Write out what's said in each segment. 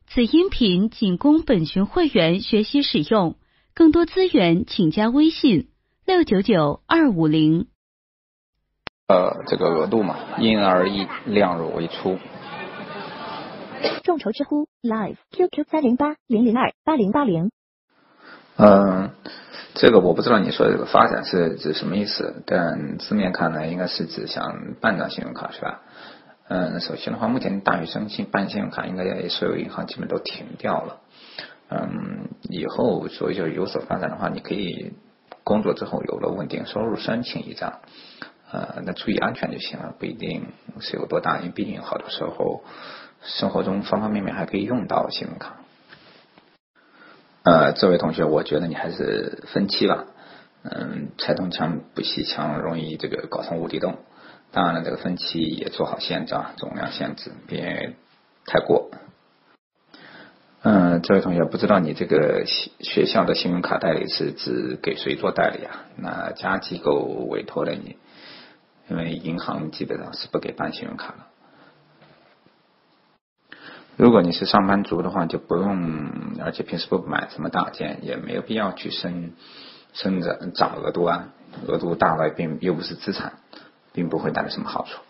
此音频仅供本群会员学习使用，更多资源请加微信699-250。 这个额度嘛，因人而异，量入为出。 众筹知乎 Live QQ 308-002-8080。 这个我不知道你说的这个发展是指什么意思，但字面看来应该是指像办张信用卡是吧？首先的话，目前大学生办信用卡应该所有银行基本都停掉了。以后所以就有所发展的话，你可以工作之后有了稳定收入申请一张，那注意安全就行了，不一定是有多大，因为毕竟好多时候生活中方方面面还可以用到信用卡。这位同学，我觉得你还是分期吧。拆东墙补西墙，容易这个搞成无底洞。当然了，这个分期也做好限制啊，总量限制，别太过。这位同学，不知道你这个学校的信用卡代理是指给谁做代理啊？哪家机构委托了你？因为银行基本上是不给办信用卡了。如果你是上班族的话，就不用，而且平时不买什么大件，也没有必要去涨额度啊，额度大了又不是资产，并不会带来什么好处。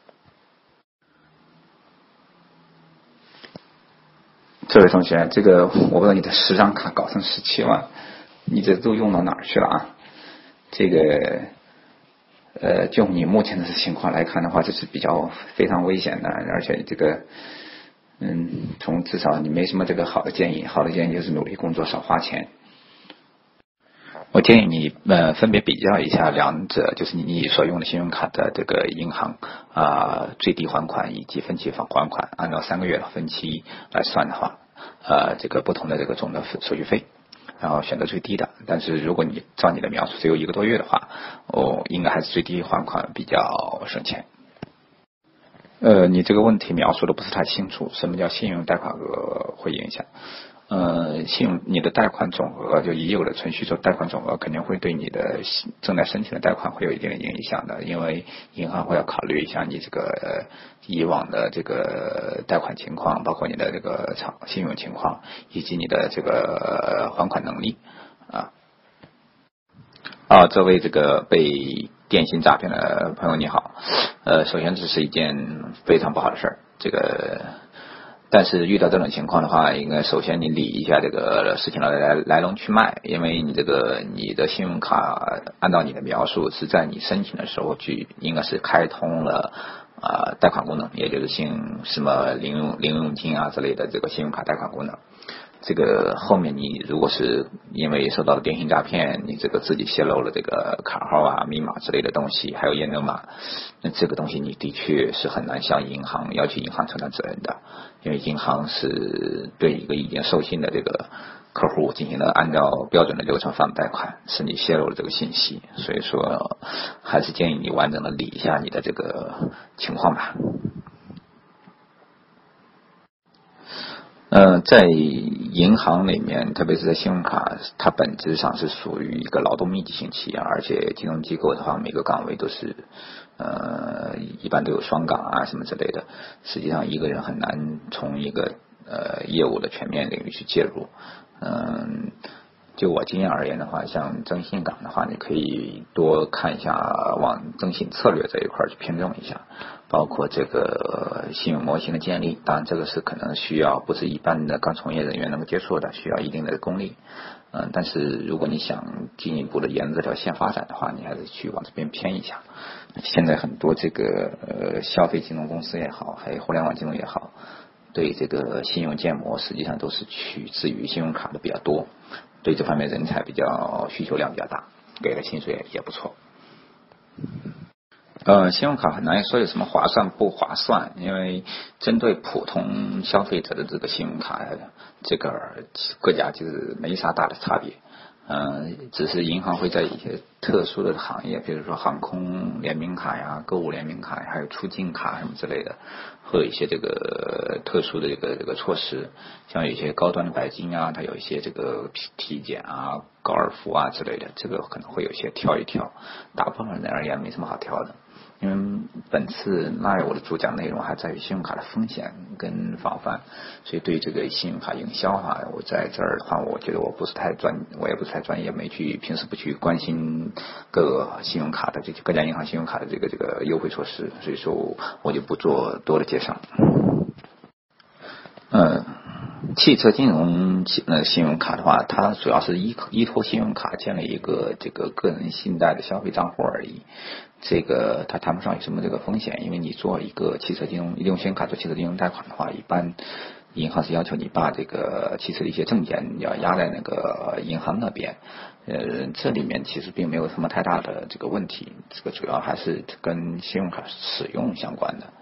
这位同学，这个我不知道你的10张卡搞成17万，你这都用到哪儿去了啊？这个就你目前的情况来看的话，这是非常危险的，而且这个从至少你没什么这个好的建议就是努力工作，少花钱。我建议你分别比较一下两者，就是你所用的信用卡的这个银行最低还款以及分期还款，按照3个月的分期来算的话，这个不同的这个总的手续费，然后选择最低的。但是如果你照你的描述只有1个多月的话，应该还是最低还款比较省钱。你这个问题描述的不是太清楚，什么叫信用贷款额会影响？你的贷款总额，就已有的存续做贷款总额，肯定会对你的正在申请的贷款会有一定的影响的，因为银行会要考虑一下你这个以往的这个贷款情况，包括你的这个信用情况，以及你的这个还款能力这位这个被电信诈骗的朋友你好，首先这是一件非常不好的事儿，但是遇到这种情况的话，应该首先你理一下这个事情的来龙去脉，因为你的信用卡按照你的描述是在你申请的时候应该是开通了贷款功能，也就是什么零用金啊之类的这个信用卡贷款功能。这个后面你如果是因为受到了电信诈骗，你这个自己泄露了这个卡号啊、密码之类的东西，还有验证码，那这个东西你的确是很难向要求银行承担责任的，因为银行是对一个已经授信的这个客户进行了按照标准的流程放贷款，是你泄露了这个信息，所以说还是建议你完整的理一下你的这个情况吧。在银行里面，特别是在信用卡，它本质上是属于一个劳动密集型企业，而且金融机构的话，每个岗位都是一般都有双岗啊什么之类的，实际上一个人很难从一个业务的全面领域去介入。就我经验而言的话，像征信岗的话，你可以多看一下往征信策略这一块去偏重一下，包括这个信用模型的建立，当然这个是可能需要不是一般的刚从业人员能够接触的，需要一定的功力。但是如果你想进一步的沿着这条线发展的话，你还是去往这边偏一下。现在很多这个消费金融公司也好，还有互联网金融也好，对这个信用建模实际上都是取自于信用卡的比较多，对这方面人才需求量比较大，给的薪水也不错。信用卡很难说有什么划算不划算，因为针对普通消费者的这个信用卡，这个各家就是没啥大的差别。只是银行会在一些特殊的行业，比如说航空联名卡呀、购物联名卡，还有出境卡什么之类的，会有一些这个特殊的这个措施，像有一些高端的白金啊，它有一些这个体检啊、高尔夫啊之类的，这个可能会有一些挑一挑，大部分人而言没什么好挑的。 因为本次live我的主讲内容还在于信用卡的风险跟防范，所以对这个信用卡营销啊，我在这儿的话，我觉得我也不是太专业，平时不去关心各个信用卡的各家银行信用卡的这个优惠措施，所以说我就不做多的介绍。汽车金融信用卡的话，它主要是依托信用卡建立一个这个个人信贷的消费账户而已。这个它谈不上有什么这个风险，因为你做一个汽车金融，用信用卡做汽车金融贷款的话，一般银行是要求你把这个汽车的一些证件要压在那个银行那边。这里面其实并没有什么太大的这个问题，这个主要还是跟信用卡使用相关的。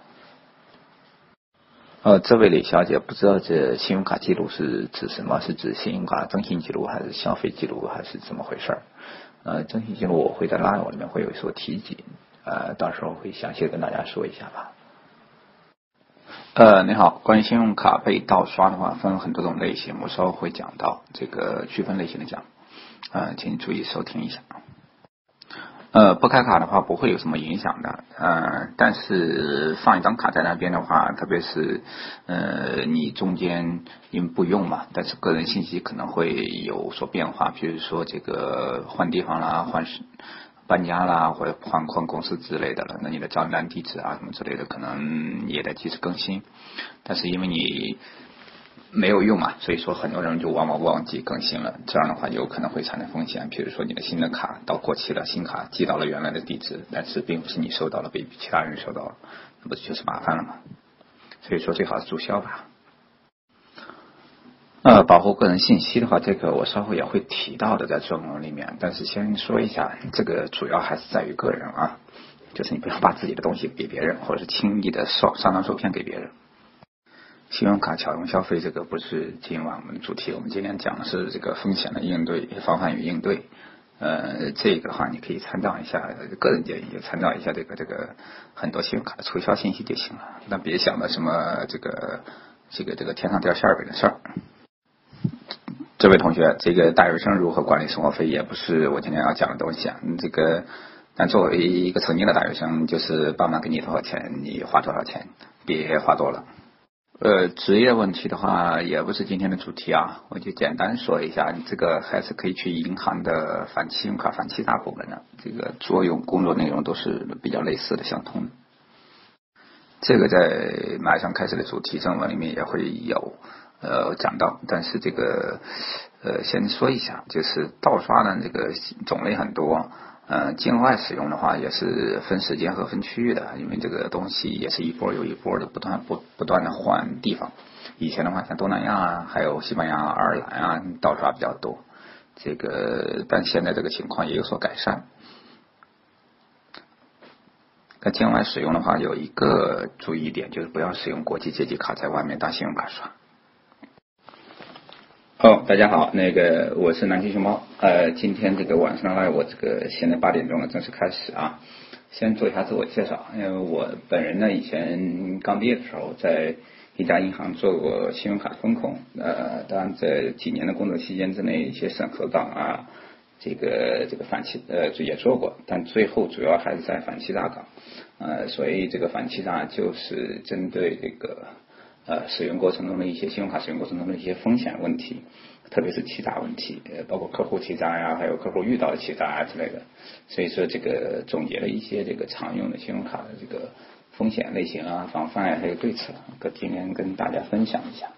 这位李小姐，不知道这信用卡记录是指什么？是指信用卡征信记录，还是消费记录，还是怎么回事？征信记录我会在 live 里面会有所提及，到时候会详细的跟大家说一下吧。你好，关于信用卡被盗刷的话，分很多种类型，我稍后会讲到这个区分类型的讲，请注意收听一下。不开卡的话不会有什么影响的，但是放一张卡在那边的话，特别是你中间因为不用嘛，但是个人信息可能会有所变化，比如说这个换地方啦、搬家啦，或者换公司之类的了，那你的账单地址啊什么之类的可能也得及时更新，但是因为你没有用嘛，所以说很多人就忘记更新了，这样的话有可能会产生风险。比如说你的新的卡到过期了，新卡寄到了原来的地址，但是并不是你收到了，被其他人收到了，那不就是麻烦了吗？所以说最好是注销吧。保护个人信息的话，这个我稍后也会提到的在专文里面，但是先说一下，这个主要还是在于个人啊，就是你不要把自己的东西给别人，或者是轻易的上当受骗给别人。信用卡巧用消费这个不是今晚我们的主题，我们今天讲的是这个风险的应对、防范与应对。这个的话你可以参照一下，个人建议就参照一下这个很多信用卡的促销信息就行了，但别想到什么这个天上掉馅饼的事儿。这位同学，这个大学生如何管理生活费也不是我今天要讲的东西啊。但作为一个曾经的大学生，就是爸妈给你多少钱，你花多少钱，别花多了。职业问题的话也不是今天的主题啊，我就简单说一下，你这个还是可以去银行的信用卡反欺诈部门的，这个工作内容都是比较类似的、相通的。这个在马上开始的主题正文里面也会有讲到，但是这个先说一下，就是盗刷的这个种类很多。境外使用的话也是分时间和分区域的，因为这个东西也是一波又一波的不断的换地方。以前的话像东南亚啊，还有西班牙、爱尔兰啊，盗刷比较多。但现在这个情况也有所改善。在境外使用的话，有一个注意点，就是不要使用国际借记卡在外面当信用卡刷。大家好，我是南极熊猫，今天这个晚上我现在8点钟了，正式开始啊。先做一下自我介绍，因为我本人呢，以前刚毕业的时候在一家银行做过信用卡风控，当然在几年的工作期间之内，一些审核岗啊，这个反欺也做过，但最后主要还是在反欺诈岗，所以这个反欺诈就是针对这个使用过程中的一些信用卡使用过程中的一些风险问题，特别是欺诈问题，包括客户欺诈呀，还有客户遇到的欺诈啊之类的。所以说这个总结了一些这个常用的信用卡的这个风险类型啊、防范啊，还有对策，今天跟大家分享一下。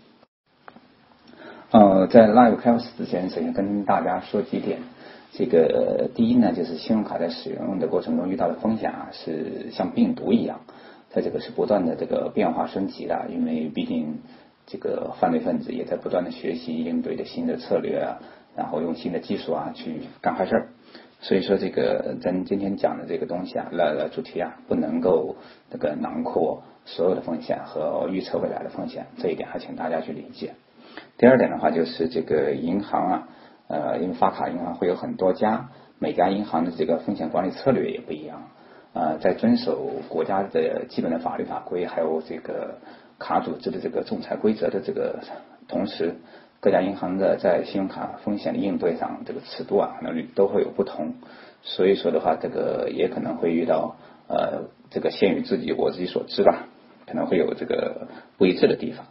在 live 开始之前，首先跟大家说几点。第一呢，就是信用卡在使用的过程中遇到的风险啊，是像病毒一样。它这个是不断的这个变化升级的，因为毕竟这个犯罪分子也在不断的学习应对的新的策略啊，然后用新的技术啊去干坏事儿。所以说咱今天讲的这个东西啊，主题啊，不能够囊括所有的风险和预测未来的风险，这一点还请大家去理解。第二点的话，就是这个银行啊，因为发卡银行会有很多家，每家银行的这个风险管理策略也不一样。在遵守国家的基本的法律法规，还有这个卡组织的这个仲裁规则的同时，各家银行的在信用卡风险的应对上，这个尺度啊，可能都会有不同。所以说的话，这个也可能会遇到这个限于我自己所知吧，可能会有这个不一致的地方。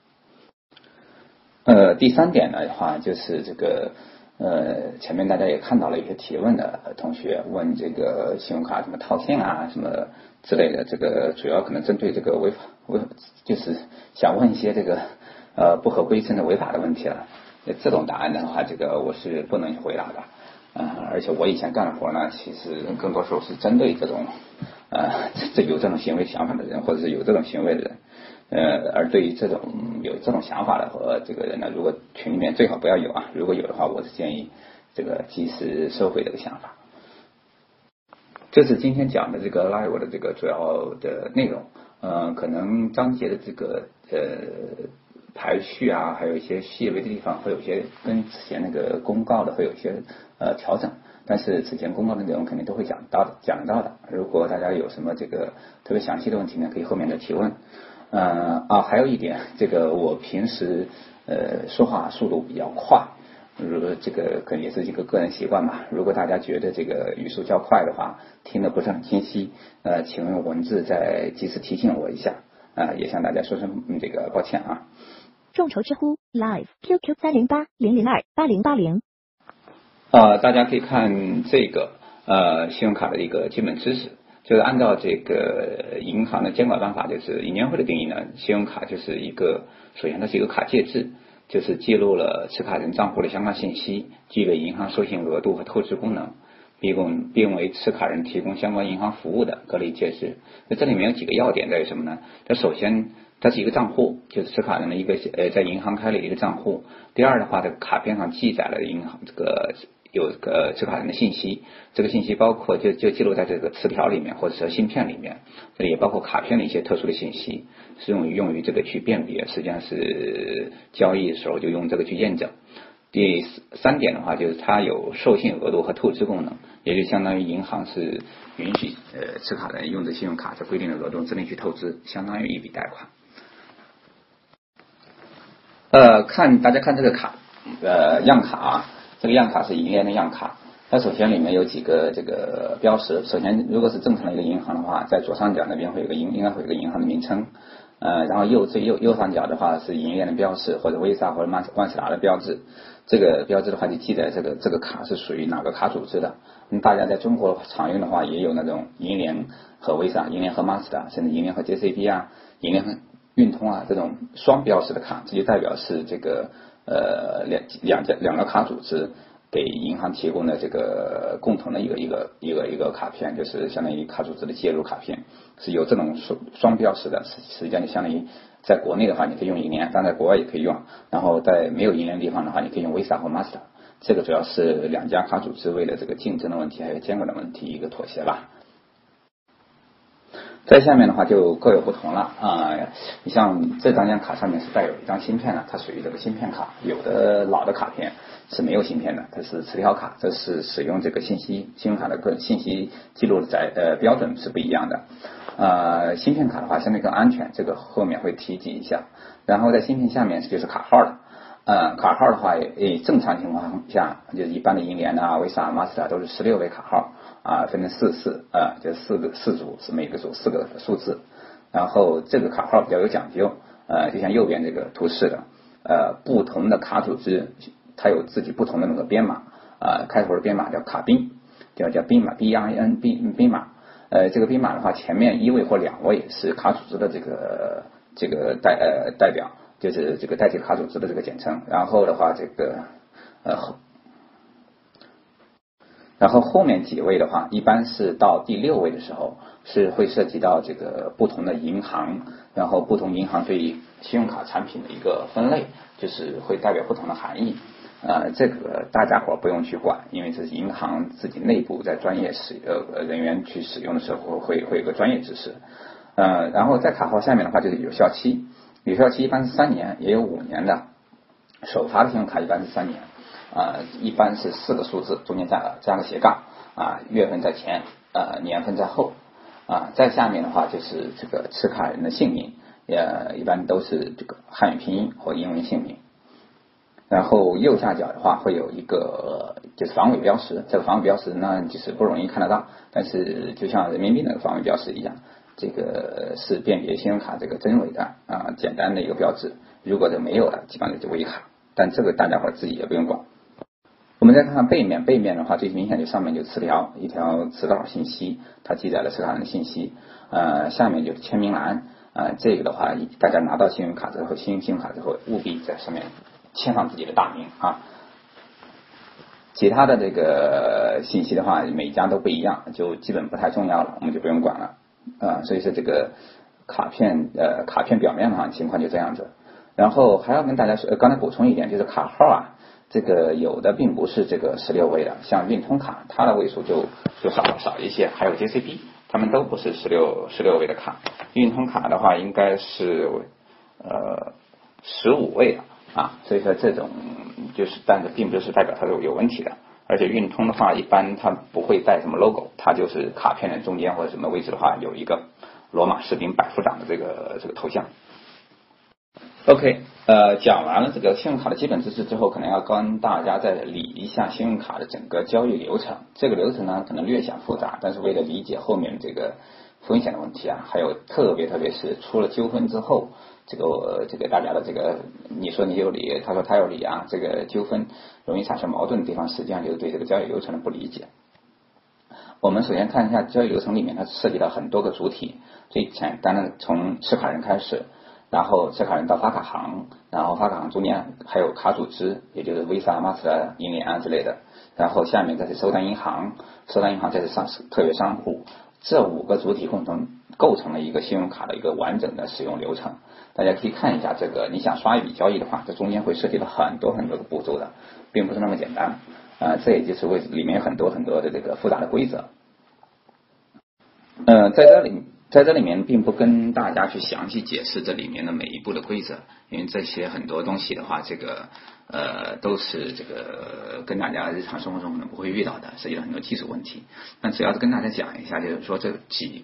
第3点的话就是这个前面大家也看到了一些提问的同学问这个信用卡什么套现啊什么之类的，这个主要可能针对这个就是想问一些这个不合规甚至违法的问题了。这种答案的话，这个我是不能回答的。而且我以前干的活呢，其实更多时候是针对这种有这种行为想法的人，或者是有这种行为的人。而对于这种有这种想法的和这个人呢，如果群里面最好不要有啊，如果有的话，我是建议这个及时收回这个想法。这是今天讲的这个 live 的这个主要的内容。可能章节的这个排序啊，还有一些细微的地方会有一些跟之前那个公告的会有一些调整，但是之前公告的内容肯定都会讲到的。如果大家有什么这个特别详细的问题呢，可以后面的提问。还有一点，这个我平时说话速度比较快，这个可能也是一个个人习惯吧。如果大家觉得这个语速较快的话，听得不是很清晰，请用文字再及时提醒我一下，也向大家说声这个抱歉啊。 众筹知乎 Live QQ 308-002-8080。 大家可以看这个信用卡的一个基本知识。就是按照这个银行的监管办法，就是银监会的定义呢，信用卡就是首先它是一个卡介质，就是记录了持卡人账户的相关信息，具备银行授信额度和透支功能，并为持卡人提供相关银行服务的各类介质。那这里面有几个要点在于什么呢？它首先它是一个账户，就是持卡人的一个在银行开了一个账户。第二的话，这个卡片上记载了银行有个持卡人的信息，这个信息包括就记录在这个磁条里面或者是芯片里面，这里也包括卡片的一些特殊的信息，是用于这个去辨别，实际上是交易的时候就用这个去验证。第3点的话，就是它有授信额度和透支功能，也就相当于银行是允许持卡人用的信用卡在规定的额度之内去透支，相当于一笔贷款。大家看这个卡样卡啊，这个样卡是银联的样卡。它首先里面有几个这个标识，首先如果是正常的一个银行的话，在左上角那边会有应该会有一个银行的名称，然后最右上角的话是银联的标识，或者 Visa 或者万事达的标志。这个标志的话就记载这个卡是属于哪个卡组织的。大家在中国常用的话也有那种银联和 Visa、银联和 Master， 甚至银联和 JCB 啊、银联和运通啊这种双标识的卡，这就代表是这个两个卡组织给银行提供的这个共同的一个卡片，就是相当于卡组织的介入卡片，是有这种双标识的。实际上就相当于在国内的话你可以用银联，当然在国外也可以用，然后在没有银联的地方的话你可以用 Visa 或 Master。 这个主要是两家卡组织为了这个竞争的问题还有监管的问题一个妥协吧。在下面的话就各有不同了你像这张卡上面是带有一张芯片的，它属于这个芯片卡。有的老的卡片是没有芯片的，它是磁条卡，这是使用这个信用卡的个信息记录的标准是不一样的。芯片卡的话相对更安全，这个后面会提及一下。然后在芯片下面就是卡号了。卡号的话正常情况下就是一般的银联啊、Visa、Master 都是16位卡号分成4就是四组，是每个组4个数字。然后这个卡号比较有讲究，就像右边这个图示的不同的卡组织它有自己不同的那个编码开头的编码叫卡宾，叫宾码 BIN 宾码。这个宾码的话前面1位或2位是卡组织的这个代表，就是这个代替卡组织的这个简称。然后的话然后后面几位的话一般是到第6位的时候是会涉及到这个不同的银行，然后不同银行对信用卡产品的一个分类，就是会代表不同的含义。这个大家伙不用去管，因为这是银行自己内部在专业人员去使用的时候会有个专业知识。然后在卡号下面的话就是有效期，有效期一般是3年，也有5年的。首发的信用卡一般是3年，一般是4个数字，中间加个斜杠月份在前，年份在后。在下面的话就是这个持卡人的姓名，一般都是这个汉语拼音或英文姓名。 然后右下角的话会有一个就是防伪标识，这个防伪标识呢就是不容易看得到，但是就像人民币那个防伪标识一样，这个是辨别信用卡这个真伪的简单的一个标志。如果这没有了，基本上就伪卡，但这个大家伙自己也不用管。我们再看看背面，背面的话最明显就上面就词条，一条词道信息，它记载了持卡人的信息，下面就是签名栏，这个的话大家拿到信用卡之后，信用卡之后务必在上面签上自己的大名其他的这个信息的话，每家都不一样，就基本不太重要了，我们就不用管了所以说这个卡片表面的话情况就这样子。然后还要跟大家说，刚才补充一点，就是卡号这个有的并不是这个16位的，像运通卡它的位数就少一些，还有 JCB 他们都不是16位的卡，运通卡的话应该是15位的所以说这种但是并不是代表它是有问题的。而且运通的话一般它不会带什么 logo， 它就是卡片的中间或者什么位置的话有一个罗马士兵百夫长的这个头像。OK， 讲完了这个信用卡的基本知识之后，可能要跟大家再理一下信用卡的整个交易流程。这个流程呢，可能略显复杂，但是为了理解后面这个风险的问题还有特别是出了纠纷之后，这个大家的这个你说你有理，他说他有理这个纠纷容易产生矛盾的地方，实际上就是对这个交易流程的不理解。我们首先看一下交易流程里面，它涉及到很多个主体，最简单的从持卡人开始。然后持卡人到发卡行，然后发卡行中间还有卡组织，也就是 Visa、Master、银联之类的。然后下面再是收单银行，收单银行再是特别商户，这5个主体共同构成了一个信用卡的一个完整的使用流程。大家可以看一下这个，你想刷一笔交易的话，这中间会涉及到很多个步骤的，并不是那么简单。这也就是里面有很多的这个复杂的规则。在这里面并不跟大家去详细解释这里面的每一步的规则，因为这些很多东西的话，这个都是这个跟大家日常生活中可能不会遇到的，涉及到很多技术问题。那主要是跟大家讲一下，就是说这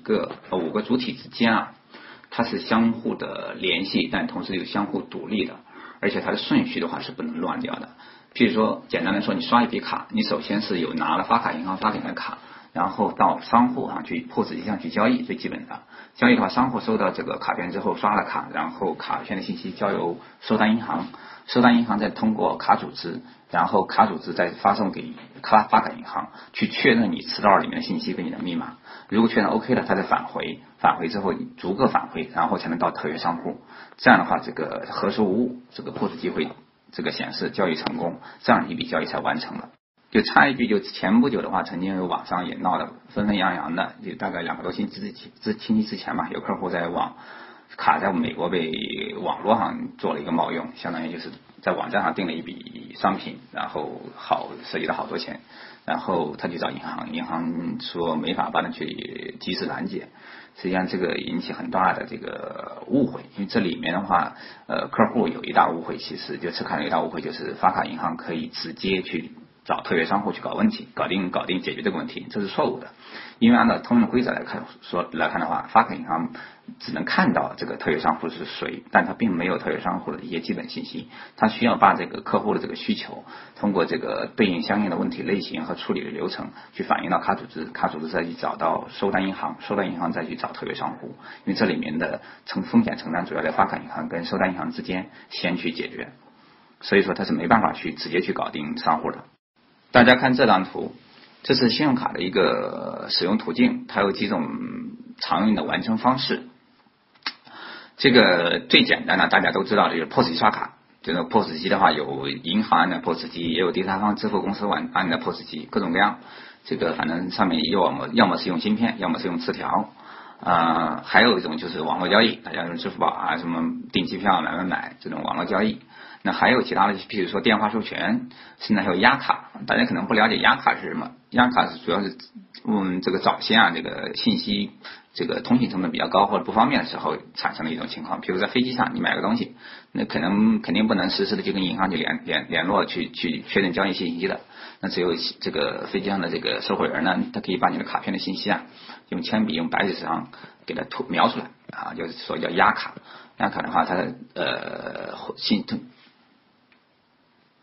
5个主体之间它是相互的联系，但同时又相互独立的，而且它的顺序的话是不能乱掉的。譬如说，简单的说，你刷一笔卡，你首先是有拿了发卡银行发给你的卡，然后到商户去POS机上去交易，最基本的交易的话，商户收到这个卡片之后刷了卡，然后卡片的信息交由收单银行，收单银行再通过卡组织，然后卡组织再发送给发卡银行去确认你磁道里面的信息跟你的密码，如果确认 OK 了，它再返回之后逐个返回，然后才能到特约商户。这样的话，这个核实无误，这个 POS机会这个显示交易成功，这样一笔交易才完成了。就插一句，就前不久的话，曾经有网上也闹得纷纷扬扬的，就大概2个多星期之前吧，有客户在卡在美国被网络上做了一个冒用，相当于就是在网站上订了一笔商品，然后涉及到好多钱，然后他去找银行，银行说没法帮他去及时拦截。实际上这个引起很大的这个误会，因为这里面的话客户有一大误会，其实就持卡人有一大误会，就是发卡银行可以直接去找特约商户去搞问题，搞定解决这个问题，这是错误的。因为按照通用规则来看的话，发卡银行只能看到这个特约商户是谁，但他并没有特约商户的一些基本信息，他需要把这个客户的这个需求通过这个对应相应的问题类型和处理的流程去反映到卡组织，卡组织再去找到收单银行，收单银行再去找特约商户，因为这里面的风险承担主要在发卡银行跟收单银行之间先去解决，所以说他是没办法去直接去搞定商户的。大家看这张图，这是信用卡的一个使用途径，它有几种常用的完成方式。这个最简单的大家都知道的就是 POS 机刷卡，这个 POS 机的话有银行按的 POS 机，也有第三方支付公司按的 POS 机，各种各样。这个反正上面要么是用芯片，要么是用磁条。还有一种就是网络交易，大家用支付宝什么订机票买这种网络交易。那还有其他的，比如说电话授权，甚至还有押卡。大家可能不了解押卡是什么，押卡是主要是这个早先这个信息这个通信成本比较高或者不方便的时候产生的一种情况。比如在飞机上你买个东西，那肯定不能实时的就跟银行去联络去确认交易信息的，那只有这个飞机上的这个售货员呢，他可以把你的卡片的信息用铅笔用白纸上给它描出来就是说叫押卡。押卡的话，它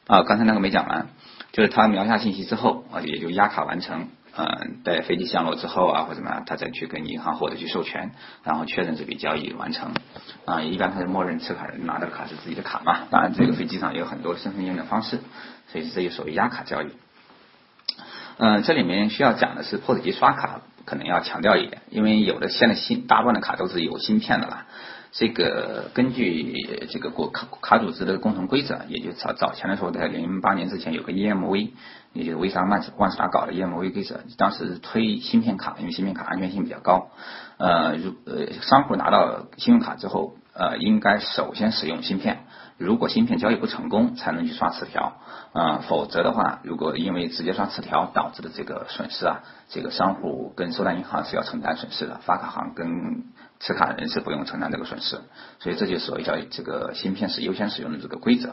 刚才那个没讲完，就是他描下信息之后也就押卡完成。在飞机降落之后或者怎么样，他再去跟银行或者去授权，然后确认这笔交易完成。一般他是默认持卡人拿到的卡是自己的卡嘛。当然，这个飞机上也有很多身份验证方式，所以这就属于押卡交易。这里面需要讲的是 POS 机刷卡可能要强调一点，因为有的现在大部分的卡都是有芯片的啦。这个根据这个卡组织的共同规则，也就是早前的时候，在08年之前有个 EMV， 也就是威萨万事达搞的 EMV 规则，当时推芯片卡，因为芯片卡安全性比较高。商户拿到信用卡之后，应该首先使用芯片，如果芯片交易不成功，才能去刷磁条。否则的话，如果因为直接刷磁条导致的这个损失这个商户跟收单银行是要承担损失的，发卡行跟持卡人是不用承担这个损失，所以这就所谓叫这个芯片是优先使用的这个规则。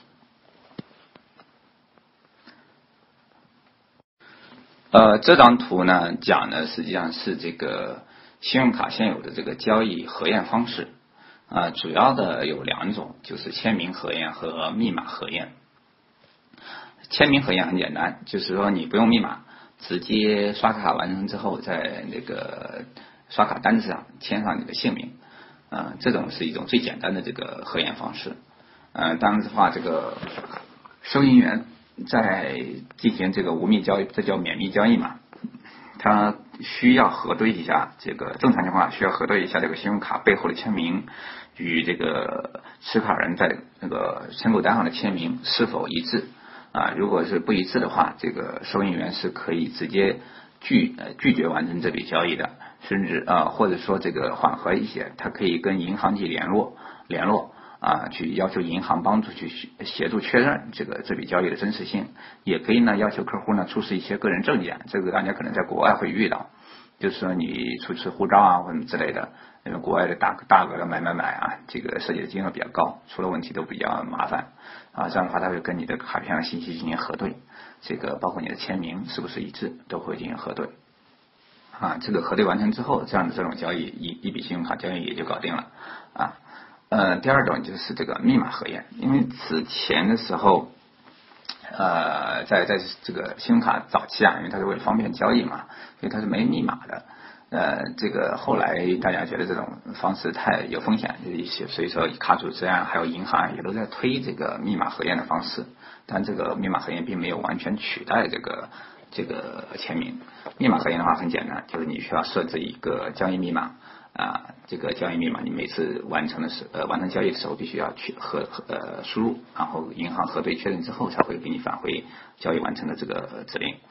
这张图呢讲的实际上是这个信用卡现有的这个交易核验方式，主要的有2种，就是签名核验和密码核验。签名核验很简单，就是说你不用密码，直接刷卡完成之后，在那个刷卡单子上签上你的姓名，这种是一种最简单的这个核验方式。当然的话，这个收银员在进行这个无密交易，这叫免密交易嘛，他需要核对一下这个正常情况下需要核对一下这个信用卡背后的签名与这个持卡人在那个申购单上的签名是否一致。如果是不一致的话，这个收银员是可以直接拒绝完成这笔交易的，甚至或者说这个缓和一些，他可以跟银行去联络，去要求银行帮助去协助确认这笔交易的真实性，也可以呢要求客户呢出示一些个人证件，这个大家可能在国外会遇到，就是说你出示护照或者之类的，因为国外的大额的买这个涉及的金额比较高，出了问题都比较麻烦这样的话他会跟你的卡片的信息进行核对，这个包括你的签名是不是一致都会进行核对这个核对完成之后，这种交易一笔信用卡交易也就搞定了第二种就是这个密码核验，因为此前的时候在这个信用卡早期因为它是为了方便交易嘛，所以它是没密码的这个后来大家觉得这种方式太有风险，所以说卡组织还有银行也都在推这个密码核验的方式，但这个密码核验并没有完全取代这个签名。密码核验的话很简单，就是你需要设置一个交易密码这个交易密码你每次完成交易的时候必须要去输入，然后银行核对确认之后才会给你返回交易完成的这个指令。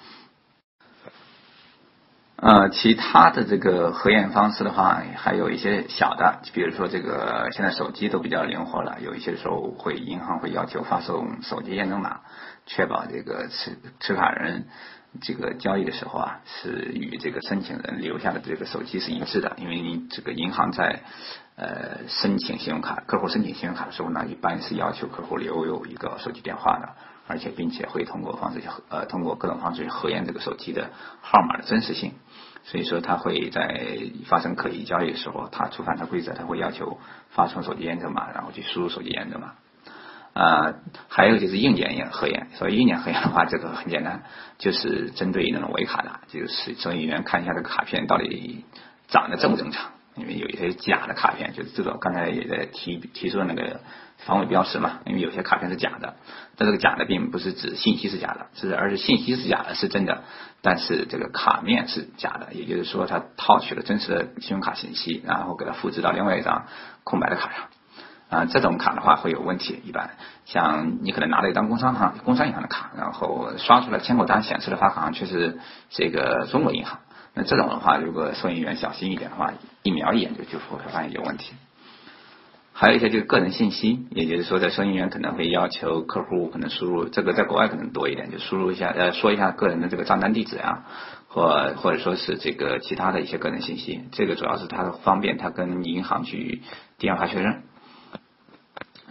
其他的这个核验方式的话，还有一些小的，比如说这个现在手机都比较灵活了，有一些时候银行会要求发送手机验证码，确保这个持卡人这个交易的时候是与这个申请人留下的这个手机是一致的，因为你这个银行在申请信用卡，客户申请信用卡的时候呢，一般是要求客户留有一个手机电话的，而且并且会通过各种方式去核验这个手机的号码的真实性。所以说他会在发生可疑交易的时候，他触犯他规则，他会要求发送手机验证码，然后去输入手机验证码。还有就是硬件核验，所以硬件核验的话，这个很简单，就是针对那种伪卡的，就是收银员看一下这个卡片到底长得正不正常，因为有一些假的卡片，就是这个刚才也在提出的那个防伪标识嘛，因为有些卡片是假的，但这个假的并不是指信息是假的，而是信息是假的是真的，但是这个卡面是假的，也就是说它套取了真实的信用卡信息，然后给它复制到另外一张空白的卡上这种卡的话会有问题，一般像你可能拿了一张工商银行的卡，然后刷出来签口单显示的发卡行却是这个中国银行，那这种的话如果收银员小心一点的话，一瞄一眼就会发现有问题。还有一些就是个人信息，也就是说在收银员可能会要求客户可能输入，这个在国外可能多一点，就输入一下说一下个人的这个账单地址或者说是这个其他的一些个人信息，这个主要是它方便他跟银行去电话确认。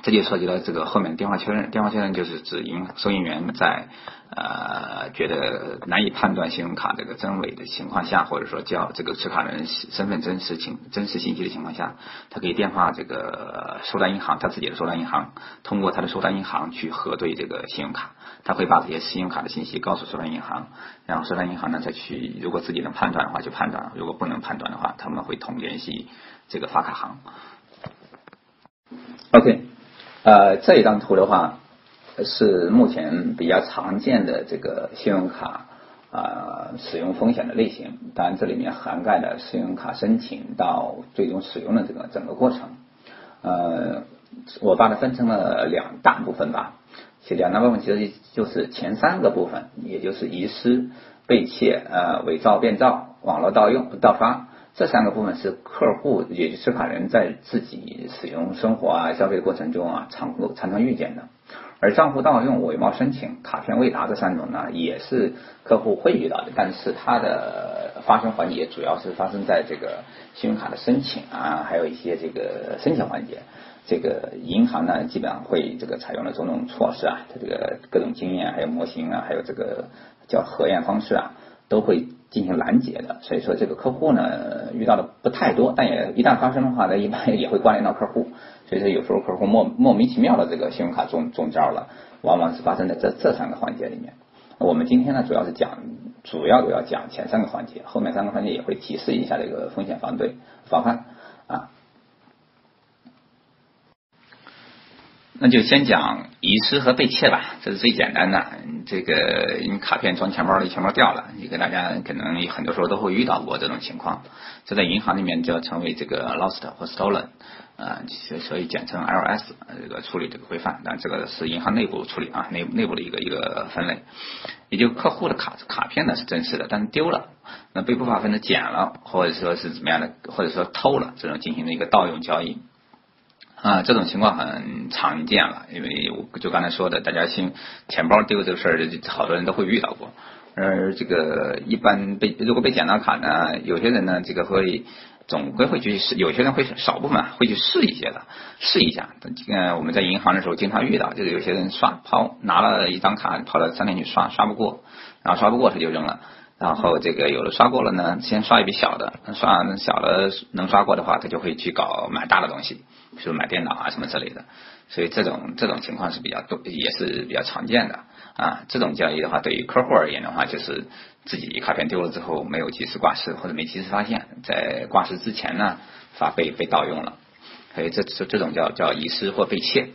这就涉及到这个后面电话确认。电话确认就是指收银员在觉得难以判断信用卡这个真伪的情况下，或者说叫这个持卡人身份真实信息的情况下，他可以电话这个收单银行，他自己的收单银行，通过他的收单银行去核对这个信用卡，他会把这些信用卡的信息告诉收单银行，然后收单银行呢再去，如果自己能判断的话就判断，如果不能判断的话，他们会联系这个发卡行。OK， 这一张图的话是目前比较常见的这个信用卡使用风险的类型，当然这里面涵盖了信用卡申请到最终使用的这个整个过程。我把它分成了两大部分吧，两大部分其实就是前三个部分，也就是遗失、被窃、伪造、变造、网络盗用、盗刷。这三个部分是客户也就是持卡人在自己使用生活消费的过程中常常遇见的。而账户盗用、伪冒申请、卡片未达这三种呢，也是客户会遇到的，但是它的发生环节主要是发生在这个信用卡的申请还有一些这个申请环节。这个银行呢，基本上会这个采用了种种措施它这个各种经验，还有模型还有这个叫核验方式都会进行拦截的。所以说这个客户呢遇到的不太多，但也一旦发生的话呢，一般也会关联到客户。所以说有时候客户莫名其妙的这个信用卡中招了，往往是发生在这三个环节里面。我们今天呢主要要讲前三个环节，后面三个环节也会提示一下这个风险防范那就先讲遗失和被窃吧，这是最简单的。这个你卡片装钱包里，钱包掉了，这个大家可能很多时候都会遇到过这种情况。这在银行里面就要成为这个 lost 或 stolen，所以简称 LS 这个处理这个规范。但这个是银行内部处理内部的一个分类。也就客户的卡片呢是真实的，但是丢了，那被不法分子捡了，或者说是怎么样的，或者说偷了，这种进行的一个盗用交易。这种情况很常见了，因为我就刚才说的，大家钱包丢这个事儿，好多人都会遇到过。而这个一般如果被捡到卡呢，有些人呢这个总归会去试，有些人少部分会去试一下。我们在银行的时候经常遇到，就是有些人拿了一张卡跑到商店去刷不过，然后刷不过他就扔了。然后这个有的刷过了呢，先刷一笔小的，刷小的能刷过的话，他就会去买大的东西，比如买电脑什么之类的。所以这种情况是比较多，也是比较常见的这种交易的话，对于客户而言的话，就是自己卡片丢了之后没有及时挂失，或者没及时发现，在挂失之前呢被盗用了，所以这种叫遗失或被窃。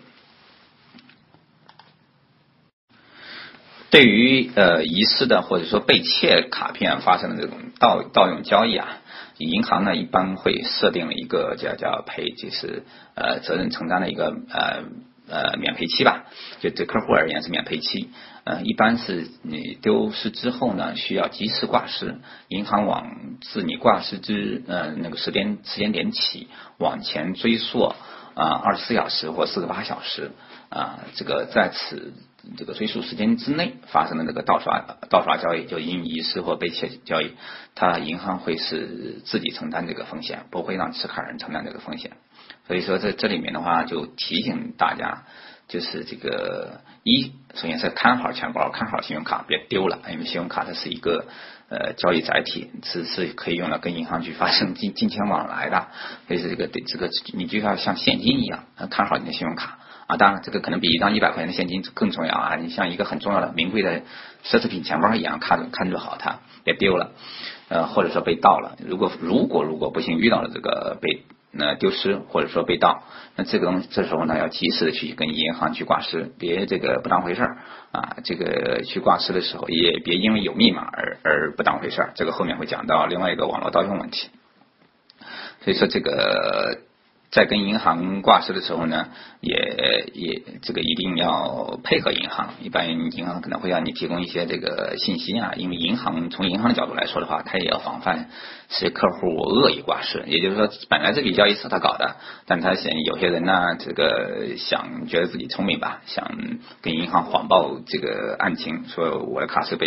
对于遗失的或者说被窃卡片发生的这种盗用交易银行呢一般会设定了一个叫赔，就是责任承担的一个免赔期吧，就对客户而言是免赔期。一般是你丢失之后呢，需要及时挂失，银行自你挂失之那个时间点起往前追溯24小时或48小时这个在这个追溯时间之内发生的这个盗刷交易，就因遗失或被窃交易，它银行会是自己承担这个风险，不会让持卡人承担这个风险。所以说这里面的话就提醒大家，就是这个首先是看好钱包，看好信用卡，别丢了，因为信用卡它是一个交易载体，是可以用来跟银行去发生金钱往来的，所以是这个你就要像现金一样看好你的信用卡当然这个可能比一张100块钱的现金更重要你像一个很重要的名贵的奢侈品钱包一样看住好它，别丢了或者说被盗了。如果不幸遇到了这个丢失或者说被盗，那这时候呢要及时的去跟银行去挂失，别这个不当回事这个去挂失的时候也别因为有密码而不当回事，这个后面会讲到另外一个网络盗用问题。所以说这个在跟银行挂失的时候呢，也这个一定要配合银行。一般银行可能会让你提供一些这个信息因为从银行的角度来说的话，它也要防范是客户恶意挂失。也就是说，本来这笔交易是他搞的，但他有些人呢，这个觉得自己聪明吧，想跟银行谎报这个案情，说我的卡是被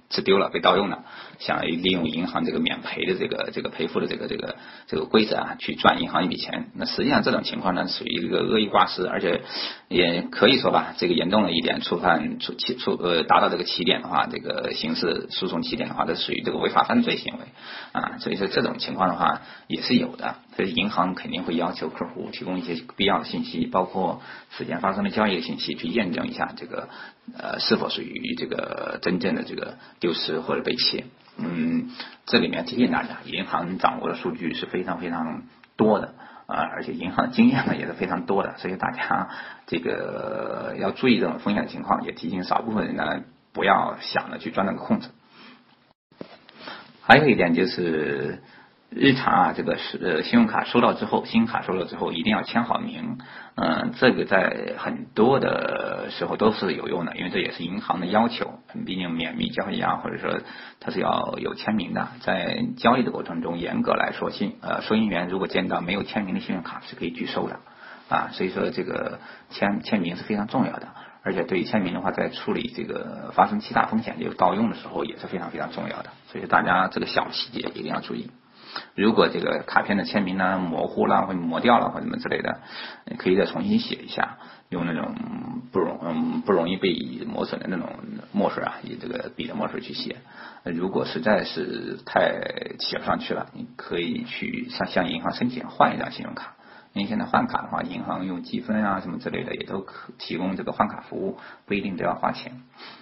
吃丢了被盗用了，想利用银行这个免赔的这个赔付的这个规则啊，去赚银行一笔钱。那实际上这种情况呢，属于一个恶意挂失，而且也可以说吧，这个严重了一点，达到这个起点的话，这个刑事诉讼起点的话，这属于这个违法犯罪行为啊。所以说这种情况的话也是有的，所以银行肯定会要求客户提供一些必要的信息，包括此前发生的交易的信息，去验证一下这个是否属于这个真正的这个丢失或者被窃。这里面提醒大家，银行掌握的数据是非常非常多的而且银行的经验呢也是非常多的，所以大家这个要注意这种风险的情况，也提醒少部分人呢不要想着去钻这个空子。还有一点就是日常这个信用卡收到之后一定要签好名，这个在很多的时候都是有用的，因为这也是银行的要求，毕竟免密交易或者说它是要有签名的，在交易的过程中，严格来说收银员如果见到没有签名的信用卡是可以拒收的所以说这个签名是非常重要的，而且对于签名的话，在处理这个发生欺诈风险有盗用的时候也是非常非常重要的，所以大家这个小细节一定要注意。如果这个卡片的签名呢模糊了或者磨掉了或者什么之类的，可以再重新写一下，用那种不容易被磨损的那种墨水以这个笔的墨水去写。如果实在是太写不上去了，你可以去向银行申请换一张信用卡。因为现在换卡的话，银行用积分什么之类的也都提供这个换卡服务，不一定都要花钱。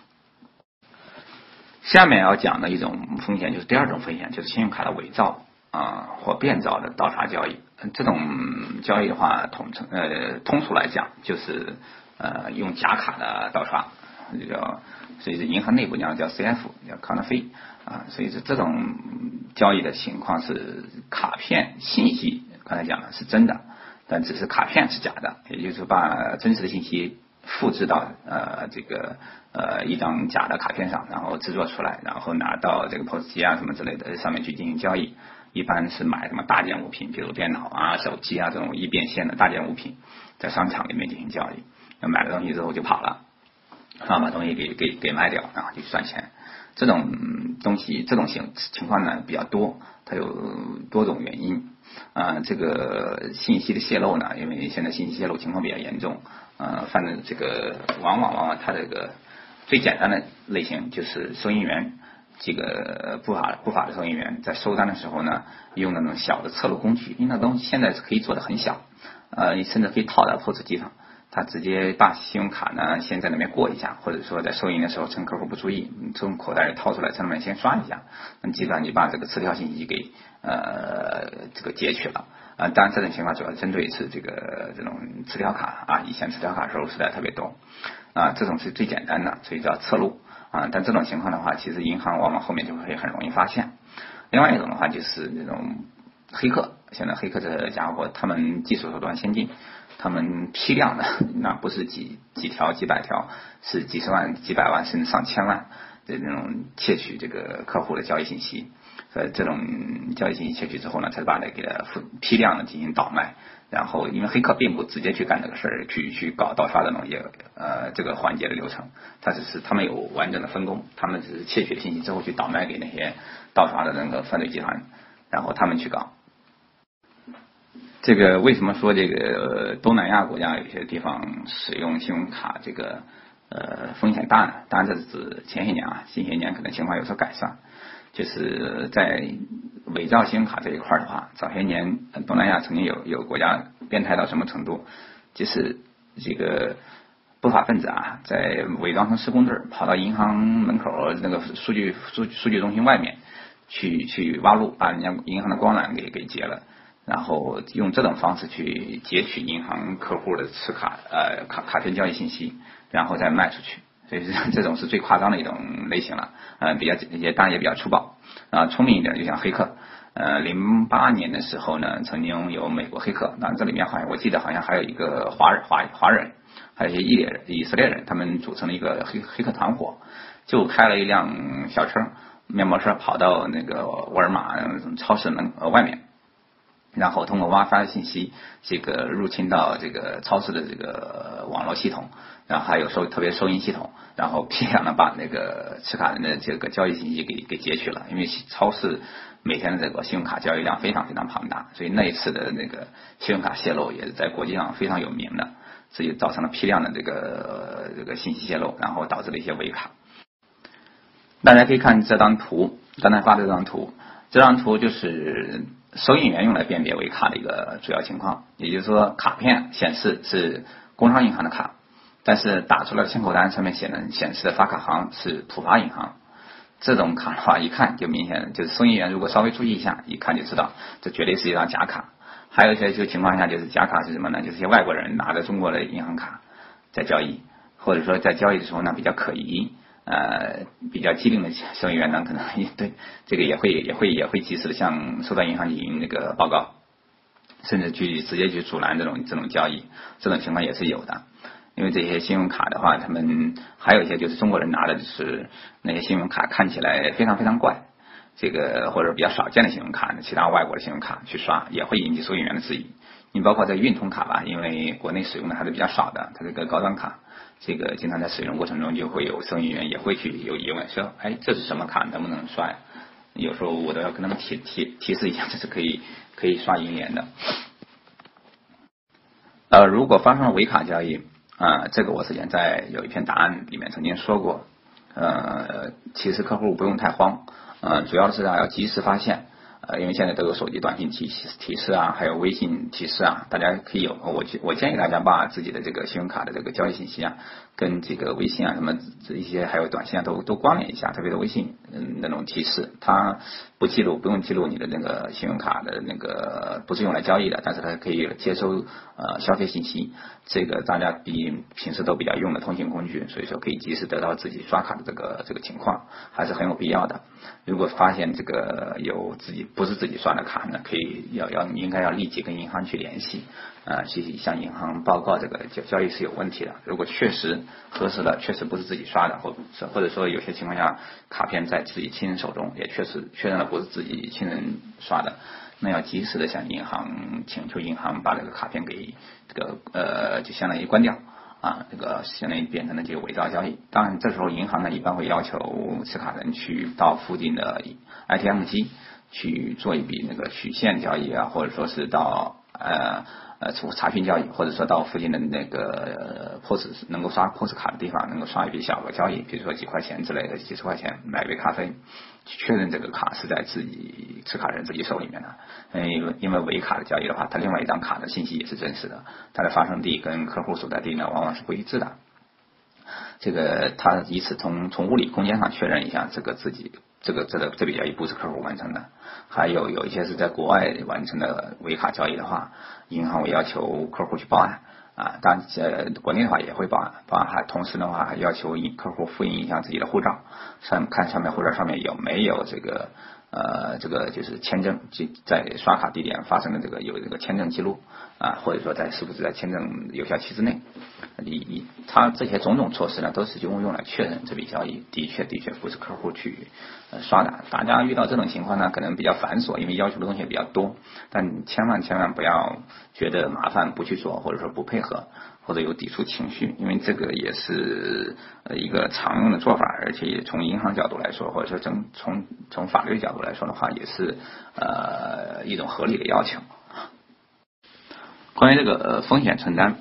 下面要讲的一种风险就是第二种风险，就是信用卡的伪造或变造的盗刷交易。这种交易的话，通俗来讲就是用假卡的盗刷，所以银行内部叫 CF 叫 counterfeit 所以这种交易的情况是卡片信息刚才讲的是真的，但只是卡片是假的，也就是把真实的信息复制到一张假的卡片上，然后制作出来，然后拿到这个 POS 机什么之类的上面去进行交易。一般是买什么大件物品，比如电脑手机这种易变现的大件物品，在商场里面进行交易。买了东西之后就跑了，把东西给卖掉，然后就赚钱。这种东西这种情况呢比较多，它有多种原因这个信息的泄露呢，因为现在信息泄露情况比较严重反正这个往往它这个最简单的类型就是收银员，这个不法的收银员在收单的时候呢，用那种小的测录工具，因为那东西现在是可以做的很小你甚至可以套在 POS 机上，他直接把信用卡呢先在那边过一下，或者说在收银的时候趁客户不注意，从口袋里掏出来，在那边先刷一下，基本上你把这个磁条信息给这个截取了当然这种情况主要针对是这种磁条卡以前磁条卡收入实在特别多这种是最简单的，所以叫测录但这种情况的话，其实银行往往后面就会很容易发现。另外一种的话就是那种黑客，现在黑客这家伙他们技术手段先进，他们批量的那不是几条几百条，是几十万几百万甚至上千万的那种窃取这个客户的交易信息。这种交易信息窃取之后呢，才把它给它批量的进行倒卖，然后因为黑客并不直接去干这个事儿，去搞盗刷的东西这个环节的流程，他们有完整的分工，他们只是窃取的信息之后去倒卖给那些盗刷的那个犯罪集团，然后他们去搞。这个为什么说这个东南亚国家有些地方使用信用卡这个风险大呢？当然这是指前些年近些年可能情况有所改善。就是在伪造信用卡这一块的话，早些年东南亚曾经有国家变态到什么程度，就是这个不法分子在伪装成施工队，跑到银行门口那个数据中心外面去挖路，把人家银行的光缆给截了，然后用这种方式去截取银行客户的持卡卡片交易信息，然后再卖出去。所以这种是最夸张的一种类型了，当然也比较粗暴聪明一点就像黑客08年的时候呢，曾经有美国黑客，当然这里面我记得好像还有一个华人，还有一些以色列人，他们组成了一个黑客团伙，就开了一辆小车面包车跑到那个沃尔玛超市外面，然后通过挖发的信息，这个入侵到这个超市的这个个网络系统，然后还有特别收银系统，然后批量的把那个持卡人的这个交易信息给截取了，因为超市每天的这个信用卡交易量非常非常庞大，所以那一次的那个信用卡泄露也是在国际上非常有名的，这就造成了批量的这个信息泄露，然后导致了一些违卡。大家可以看这张图，刚才发的这张图，这张图就是收银员用来辨别违卡的一个主要情况，也就是说卡片显示是工商银行的卡，但是打出来的签口单上面显示的发卡行是浦发银行。这种卡的话，一看就明显，就是收银员如果稍微注意一下，一看就知道这绝对是一张假卡。还有一些情况下，就是假卡是什么呢？就是一些外国人拿着中国的银行卡在交易，或者说在交易的时候呢比较可疑，比较机灵的收银员呢，可能对这个也会及时的向收单银行进行那个报告，甚至直接去阻拦这种交易，这种情况也是有的。因为这些信用卡的话，他们还有一些就是中国人拿的就是那些信用卡看起来非常非常怪，这个或者比较少见的信用卡，其他外国的信用卡去刷也会引起收银员的质疑。你包括在运通卡吧，因为国内使用的还是比较少的，它这个高端卡，这个经常在使用过程中就会有收银员也会去有疑问，说哎这是什么卡，能不能刷呀？有时候我都要跟他们提示一下，这是可以刷银联的。如果发生了违卡交易，这个我之前在有一篇答案里面曾经说过，其实客户不用太慌，主要是要及时发现，因为现在都有手机短信提示啊，还有微信提示啊，大家可以有，我建议大家把自己的这个信用卡的这个交易信息啊，跟这个微信啊什么一些还有短信啊都关联一下，特别是微信那种提示，它不用记录你的那个信用卡的那个不是用来交易的，但是它可以接收消费信息，这个大家平时都比较用的通信工具，所以说可以及时得到自己刷卡的这个情况，还是很有必要的。如果发现这个有不是自己刷的卡呢，应该要立即跟银行去联系，去向银行报告这个交易是有问题的。如果确实核实了，确实不是自己刷的，或者说有些情况下卡片在自己亲人手中，也确认了不是自己亲人刷的，那要及时的向银行请求银行把这个卡片给就相当于关掉。这个相当于变成了这个伪造交易。当然，这时候银行呢一般会要求持卡人去到附近的 ATM 机去做一笔那个取现交易啊，或者说是到查询交易，或者说到附近的那个 POS 能够刷 POS 卡的地方，能够刷一笔小额交易，比如说几块钱之类的，几十块钱买一杯咖啡，去确认这个卡是在自己持卡人自己手里面的。因为伪卡的交易的话，它另外一张卡的信息也是真实的，它的发生地跟客户所在地呢往往是不一致的。这个他以此从物理空间上确认一下这笔交易不是客户完成的。还有一些是在国外完成的伪卡交易的话，银行会要求客户去报案当然国内的话也会报案，还同时的话还要求客户复印一下自己的护照，看上面护照上面有没有这个就是签证，在刷卡地点发生的有这个签证记录或者说是不是在签证有效期之内。他这些种种措施呢，都是用来确认这笔交易的确不是客户去刷的。大家遇到这种情况呢，可能比较繁琐，因为要求的东西比较多，但千万不要觉得麻烦不去做，或者说不配合，或者有抵触情绪，因为这个也是一个常用的做法，而且从银行角度来说，或者说从法律角度来说的话，也是一种合理的要求。关于这个风险承担，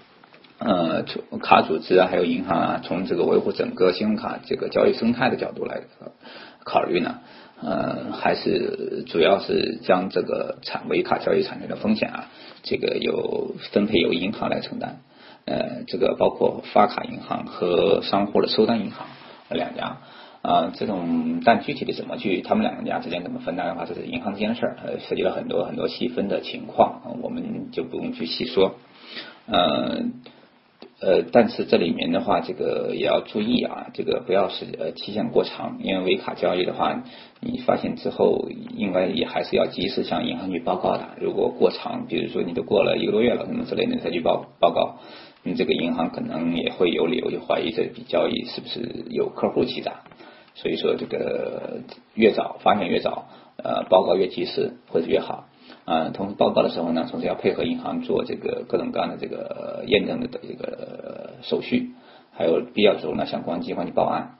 卡组织还有银行从这个维护整个信用卡这个交易生态的角度来考虑呢，还是主要是将这个伪卡交易产生的风险这个分配由银行来承担。这个包括发卡银行和商户的收单银行两家。但具体的他们两家之间怎么分担的话，这是银行之间的事儿，涉及了很多细分的情况，我们就不用去细说。但是这里面的话，这个也要注意这个不要是期限过长，因为伪卡交易的话，你发现之后应该也还是要及时向银行去报告的。如果过长，比如说你都过了1个多月了什么之类的，你才去报告，你这个银行可能也会有理由去怀疑这笔交易是不是有客户欺诈。所以说这个越早发现越早，报告越及时会是越好。 同时报告的时候呢，同时要配合银行做这个各种各样的这个验证的这个手续，还有必要的时候呢，向公安机关去报案。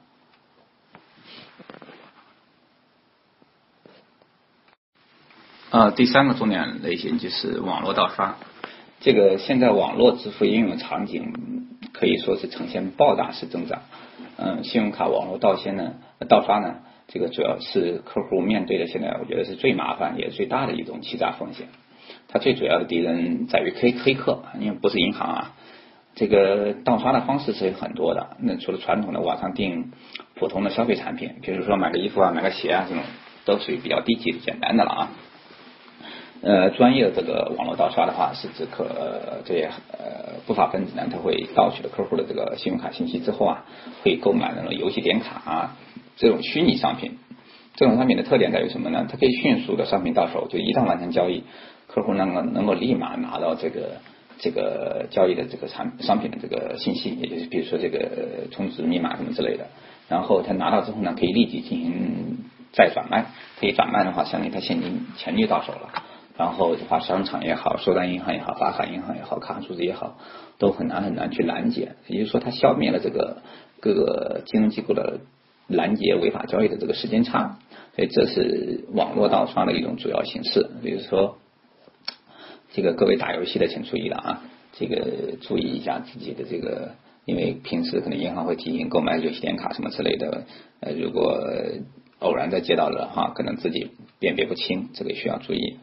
第三个重点类型就是网络盗刷。这个现在网络支付应用场景可以说是呈现爆炸式增长。信用卡网络盗刷呢，这个主要是客户面对的，现在我觉得是最麻烦也是最大的一种欺诈风险。它最主要的敌人在于黑客，因为不是银行啊。这个盗刷的方式是有很多的，那除了传统的网上订普通的消费产品，比如说买个衣服啊、买个鞋啊，这种都属于比较低级的简单的了啊。专业的这个网络盗刷的话，是指这些不法分子呢，他会盗取了客户的这个信用卡信息之后啊，会购买那种游戏点卡啊这种虚拟商品。这种商品的特点在于什么呢？它可以迅速的商品到手，就一旦完成交易，客户能够立马拿到这个交易的这个商品的这个信息，也就是比如说这个充值密码什么之类的。然后他拿到之后呢，可以立即进行再转卖，可以转卖的话，相当于他现金钱就到手了。然后的话，商场也好，收单银行也好，发卡银行也好，卡数字也好，都很难去拦截。也就是说，它消灭了这个各个金融机构的拦截违法交易的这个时间差。所以这是网络盗刷的一种主要形式。比如说，这个各位打游戏的请注意了啊，这个注意一下自己的这个，因为平时可能银行会提醒购买游戏点卡什么之类的，如果偶然再接到了哈，可能自己辨别不清，这个需要注意。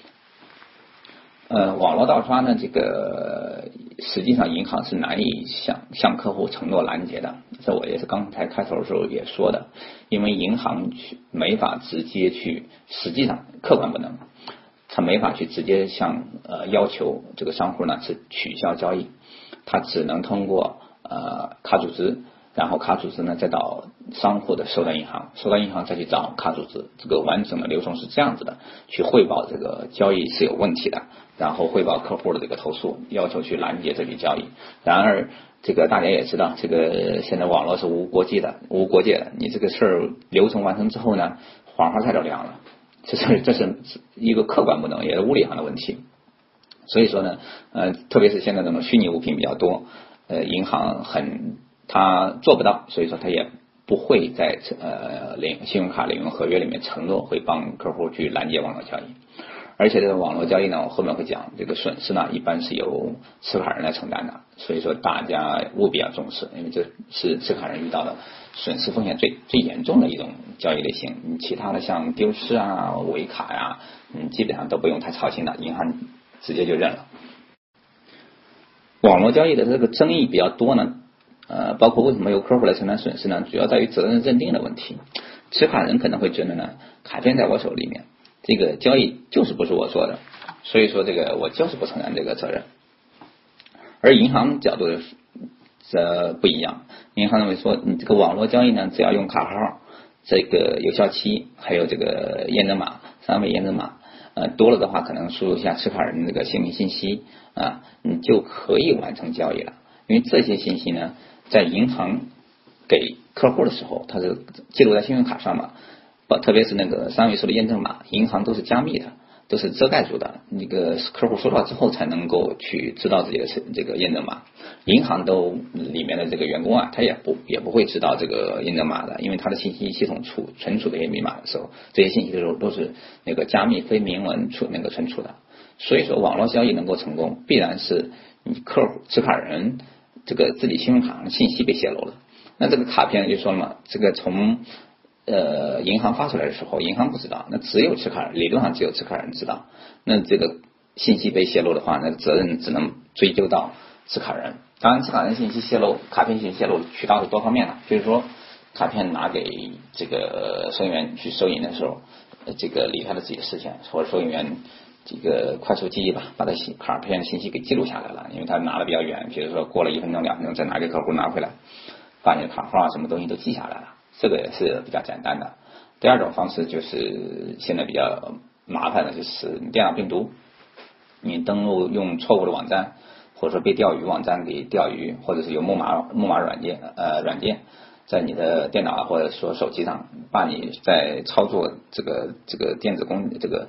网络盗刷呢，这个实际上银行是难以向客户承诺拦截的，这我也是刚才开头的时候也说的，因为银行没法直接去，实际上客观不能，他没法去直接要求这个商户呢是取消交易，他只能通过卡组织，然后卡组织呢再到商户的收单银行，收单银行再去找卡组织，这个完整的流程是这样子的，去汇报这个交易是有问题的，然后汇报客户的这个投诉，要求去拦截这笔交易。然而这个大家也知道，这个现在网络是无国界的，你这个事儿流程完成之后呢，黄花菜都凉了，这是一个客观不能，也是物理上的问题。所以说呢，特别是现在这种虚拟物品比较多，银行他做不到，所以说他也不会在信用卡领用合约里面承诺会帮客户去拦截网络交易。而且这个网络交易呢，我后面会讲，这个损失呢一般是由持卡人来承担的，所以说大家务必要重视，因为这是持卡人遇到的损失风险最严重的一种交易类型。其他的像丢失啊、违卡呀，基本上都不用太操心的，银行直接就认了。网络交易的这个争议比较多呢，包括为什么由客户来承担损失呢？主要在于责任认定的问题。持卡人可能会觉得呢，卡片在我手里面，这个交易就是不是我做的，所以说这个我就是不承担这个责任。而银行角度不一样，银行认为说，你这个网络交易呢，只要用卡号、这个有效期，还有这个验证码，3位验证码，多了的话可能输入一下持卡人这个姓名信息啊，你就可以完成交易了。因为这些信息呢，在银行给客户的时候，它是记录在信用卡上嘛，特别是那个3位数的验证码，银行都是加密的，都是遮盖住的，那个客户收到之后才能够去知道自己的这个验证码。银行都里面的这个员工啊，他也不会知道这个验证码的，因为他的信息系统存储这些密码的时候，这些信息的时候都是那个加密非明文存储的。所以说网络交易能够成功，必然是你客户持卡人这个自己信用卡上的信息被泄露了。那这个卡片就说了嘛，这个从银行发出来的时候，银行不知道，那理论上只有持卡人知道。那这个信息被泄露的话，那责任只能追究到持卡人。当然，持卡人信息泄露、卡片信息泄露渠道是多方面的，比如说卡片拿给这个收银员去收银的时候，这个离开了自己的视线，或者收银员这个快速记忆吧，把他卡片信息给记录下来了，因为他拿的比较远，比如说过了1分钟、2分钟再拿给客户拿回来，把你的卡号啊什么东西都记下来了，这个也是比较简单的。第二种方式就是现在比较麻烦的，就是电脑病毒，你登录用错误的网站，或者说被钓鱼网站给钓鱼，或者是有木马软件在你的电脑或者说手机上，把你在操作这个电子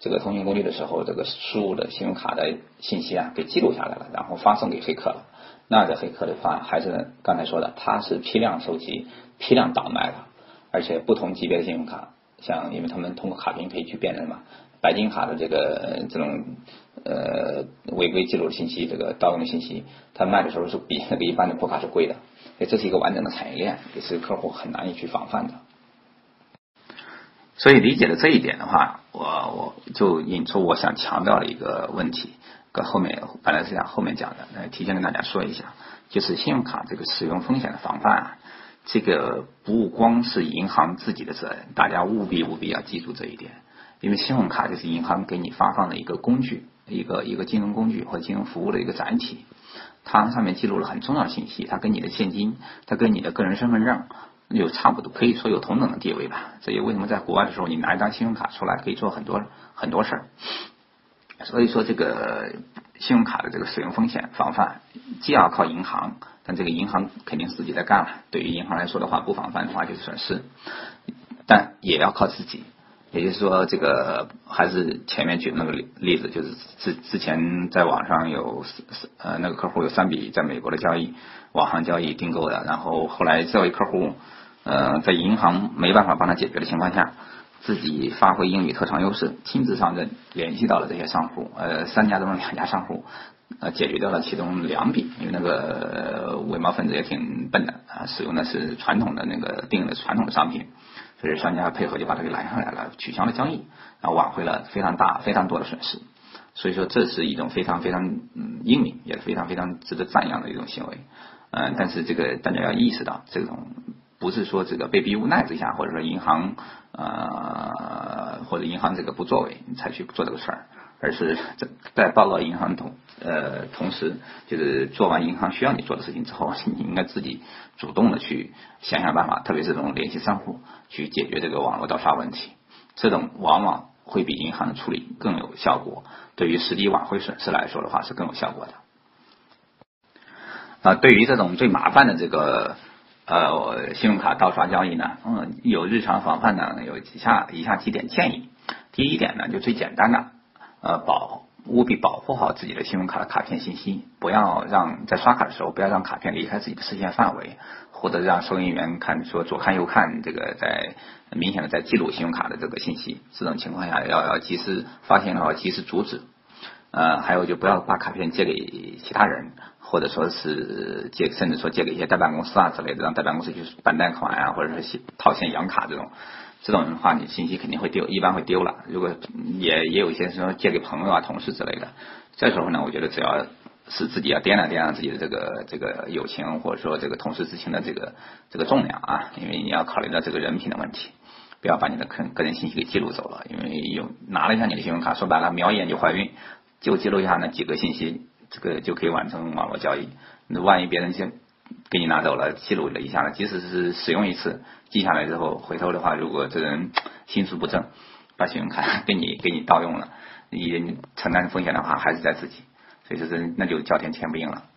这个通讯工具的时候，这个输入的信用卡的信息啊给记录下来了，然后发送给黑客了。那这黑客的话，还是刚才说的，它是批量收集、批量倒卖的，而且不同级别的信用卡，像因为他们通过卡片可以去辨认嘛，白金卡的这种违规记录的信息，这个盗用的信息，它卖的时候是比那个一般的破卡是贵的，所以这是一个完整的产业链，也是客户很难以去防范的。所以理解了这一点的话，我就引出我想强调的一个问题，跟后面本来是想后面讲的，提前跟大家说一下，就是信用卡这个使用风险的防范啊，这个不光是银行自己的责任，大家务必要记住这一点，因为信用卡就是银行给你发放的一个工具，一个金融工具或者金融服务的一个载体，它上面记录了很重要的信息，它跟你的现金，它跟你的个人身份证有差不多，可以说有同等的地位吧。这也为什么在国外的时候，你拿一张信用卡出来可以做很多事儿。所以说这个信用卡的这个使用风险防范，既要靠银行，但这个银行肯定是自己在干了，对于银行来说的话，不防范的话就是损失，但也要靠自己。也就是说，这个还是前面举的那个例子，就是之前在网上有那个客户有3笔在美国的交易，网上交易订购的，然后后来这位客户在银行没办法帮他解决的情况下，自己发挥英语特长优势，亲自上阵联系到了这些商户，3家中的2家商户，解决掉了其中2笔，因为那个伪冒分子也挺笨的使用的是传统的那个定的传统的商品。所以商家配合就把它给拦下来了，取消了交易，然后挽回了非常多的损失。所以说这是一种非常英明，也是非常值得赞扬的一种行为。但是这个大家要意识到，这种不是说这个被逼无奈之下，或者说银行这个不作为才去做这个事儿，而是在报告银行同时，就是做完银行需要你做的事情之后，你应该自己主动的去想办法，特别是这种联系商户去解决这个网络盗刷问题，这种往往会比银行的处理更有效果，对于实际挽回损失来说的话是更有效果的。对于这种最麻烦的这个信用卡盗刷交易呢，有日常防范呢，有以下几点建议。第一点呢，就最简单的，务必保护好自己的信用卡的卡片信息，不要让在刷卡的时候不要让卡片离开自己的视线范围，或者让收银员看说左看右看，这个在明显的在记录信用卡的这个信息，这种情况下要及时发现的话及时阻止。还有就不要把卡片借给其他人，或者说是甚至说借给一些代办公司之类的，让代办公司去办贷款或者是套现养卡这种的话，你信息肯定会丢，一般会丢了。如果也有一些说借给朋友同事之类的，这时候呢，我觉得只要是自己要掂量自己的这个友情，或者说这个同事之情的这个重量因为你要考虑到这个人品的问题，不要把你的个人信息给记录走了，因为拿了一下你的信用卡，说白了瞄一眼就怀孕，就记录一下那几个信息，这个就可以完成网络交易。万一别人先给你拿走了，记录了一下了，即使是使用一次记下来之后，回头的话，如果这人心术不正，把信用卡给你盗用了，你承担风险的话还是在自己，所以那就叫天钱不应了。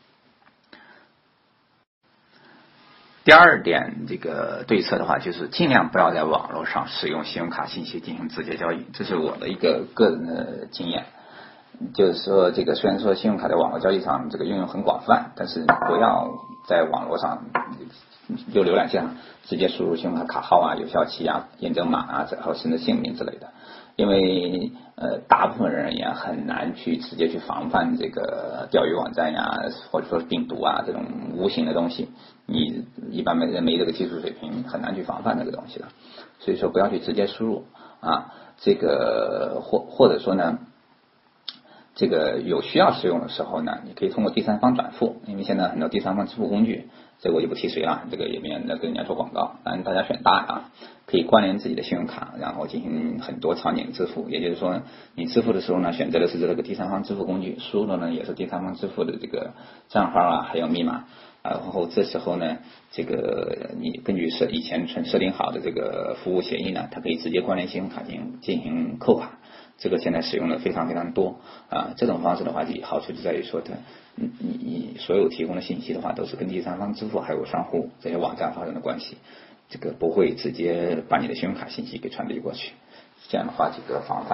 第二点，这个对策的话，就是尽量不要在网络上使用信用卡信息进行直接交易，这是我的一个个人的经验。就是说，这个虽然说信用卡在网络交易上这个应用很广泛，但是不要在网络上就浏览器上直接输入信用卡卡号有效期验证码然后甚至姓名之类的，因为大部分人而言很难去直接去防范这个钓鱼网站或者说病毒这种无形的东西，你一般人没这个技术水平，很难去防范这个东西的。所以说不要去直接输入这个或者说呢，这个有需要使用的时候呢，你可以通过第三方转付，因为现在很多第三方支付工具，这个我就不提谁了，这个也免得跟人家做广告，但是大家选大可以关联自己的信用卡，然后进行很多场景支付。也就是说，你支付的时候呢，选择的是这个第三方支付工具，输入的呢也是第三方支付的这个账号还有密码。然后这时候呢，这个你根据以前设定好的这个服务协议呢，它可以直接关联信用卡进行扣卡。这个现在使用的非常多这种方式的话，好处就在于说你所有提供的信息的话，都是跟第三方支付还有商户这些网站发生的关系，这个不会直接把你的信用卡信息给传递过去。这样的话，这个防范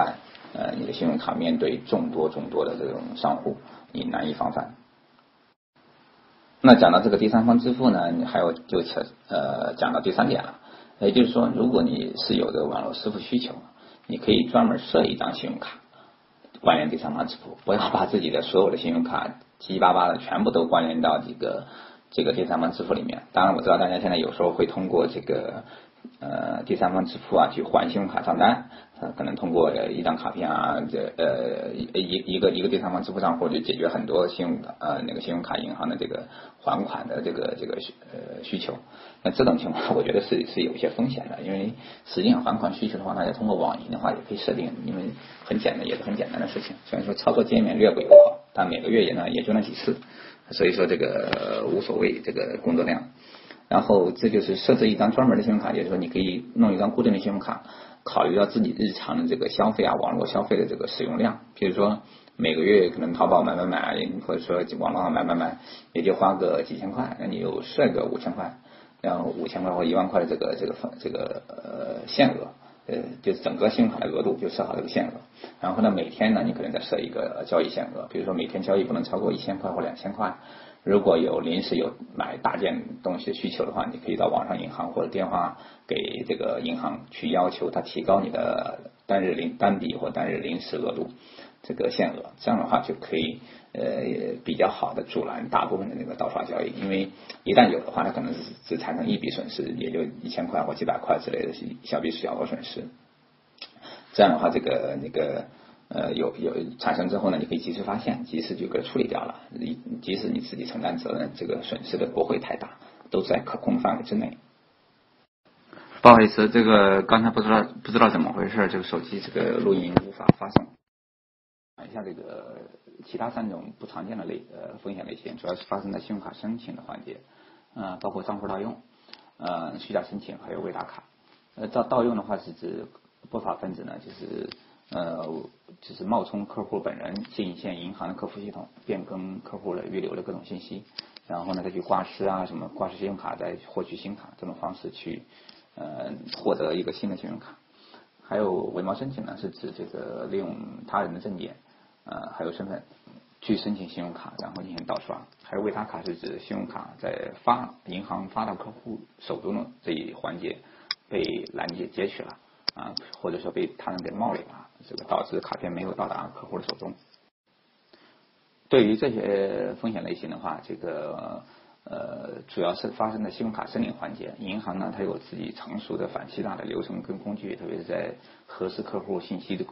你的信用卡面对众多的这种商户，你难以防范。那讲到这个第三方支付呢，你还有就讲到第3点了，也就是说，如果你是有这个网络支付需求，你可以专门设一张信用卡关联第三方支付，不要把自己的所有的信用卡七七八八的全部都关联到这个第三方支付里面。当然我知道大家现在有时候会通过这个第三方支付啊去还信用卡账单，可能通过一张卡片啊，一个第三方支付账户就解决很多信用卡银行的这个还款的这个需求。那这种情况我觉得是有一些风险的，因为实际上还款需求的话，大家通过网银的话也可以设定，因为也是很简单的事情。虽然说操作界面略不友好，但每个月也就那几次，所以说这个无所谓这个工作量。然后这就是设置一张专门的信用卡，也就是说你可以弄一张固定的信用卡，考虑到自己日常的这个消费啊，网络消费的这个使用量，比如说每个月可能淘宝买，或者说网络上买，也就花个几千块，那你就设个5000块，然后5000块或1万块的这个限额，就是整个信用卡的额度就设好这个限额。然后呢，每天呢你可能再设一个交易限额，比如说每天交易不能超过1000块或2000块。如果临时有买大件东西的需求的话，你可以到网上银行或者电话给这个银行去要求他提高你的单笔或单日临时额度这个限额，这样的话就可以比较好的阻拦大部分的那个盗刷交易。因为一旦有的话，它可能只产生一笔损失，也就1000块或几百块之类的小笔小额损失。这样的话，有产生之后呢，你可以及时发现，及时就给处理掉了，即使你自己承担责任，这个损失的不会太大，都在可控范围之内。不好意思，这个刚才不知道怎么回事，这个手机这个录音无法发送。讲一下这个其他3种不常见的风险类型，主要是发生在信用卡申请的环节，包括账户盗用、虚假申请还有未打卡。盗用的话是指不法分子呢，就是冒充客户本人进线银行的客服系统，变更客户的预留的各种信息，然后呢再去挂失信用卡，再获取新卡，这种方式去获得一个新的信用卡。还有伪冒申请呢，是指这个利用他人的证件还有身份去申请信用卡，然后进行盗刷。还有未打卡是指信用卡在银行发到客户手中的这一环节被拦截截取了或者说被他人给冒领了，这个导致卡片没有到达客户的手中。对于这些风险类型的话，这个主要是发生在信用卡申领环节。银行呢，它有自己成熟的反欺诈的流程跟工具，特别是在核实客户信息的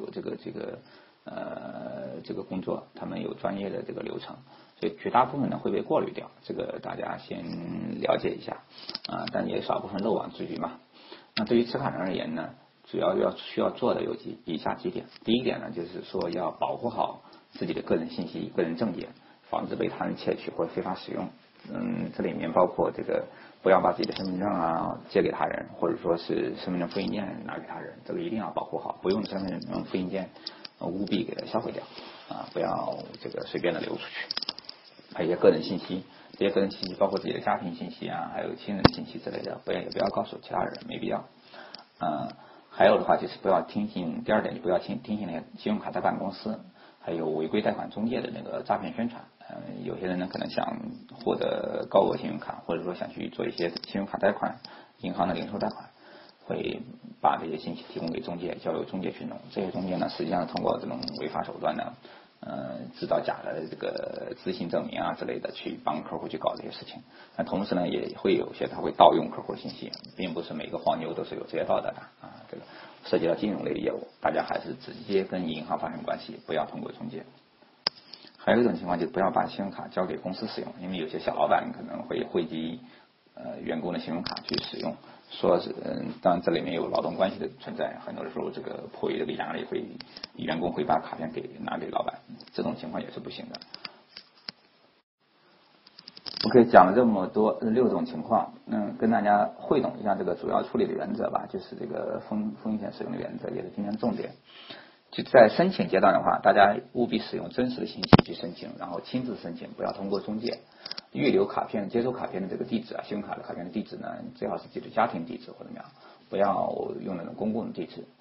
这个工作，他们有专业的这个流程，所以绝大部分呢会被过滤掉，这个大家先了解一下但也少部分漏网之鱼嘛。那对于持卡人而言呢，主要需要做的有以下几点。第一点呢，就是说要保护好自己的个人信息、个人证件，防止被他人窃取或者非法使用。这里面包括这个不要把自己的身份证借给他人，或者说是身份证复印件拿给他人，这个一定要保护好。不用的身份证复印件务必给它销毁掉不要这个随便的流出去。还有一些个人信息，这些个人信息包括自己的家庭信息还有亲人信息之类的，也不要告诉其他人，没必要。还有的话就是不要听信，第二点就不要听信那些信用卡贷款公司还有违规贷款中介的那个诈骗宣传。有些人呢可能想获得高额信用卡，或者说想去做一些信用卡贷款、银行的零售贷款，会把这些信息提供给中介，交由中介去弄。这些中介呢，实际上通过这种违法手段呢，制造假的这个资信证明之类的，去帮客户去搞这些事情。那同时呢，也会有些他会盗用客户的信息，并不是每个黄牛都是有职业道德的这个涉及到金融类的业务，大家还是直接跟银行发生关系，不要通过中介。还有一种情况就是不要把信用卡交给公司使用，因为有些小老板可能会汇集员工的信用卡去使用，说是当然这里面有劳动关系的存在，很多的时候这个迫于这个压力员工会把卡片拿给老板，这种情况也是不行的。OK， 讲了这么多6种情况，跟大家汇总一下这个主要处理的原则吧，就是这个风险使用的原则，也是今天的重点。就在申请阶段的话，大家务必使用真实的信息去申请，然后亲自申请，不要通过中介。预留卡片、接收卡片的这个地址信用卡的卡片的地址呢，最好是记住家庭地址或者怎么样，不要用那种公共的地址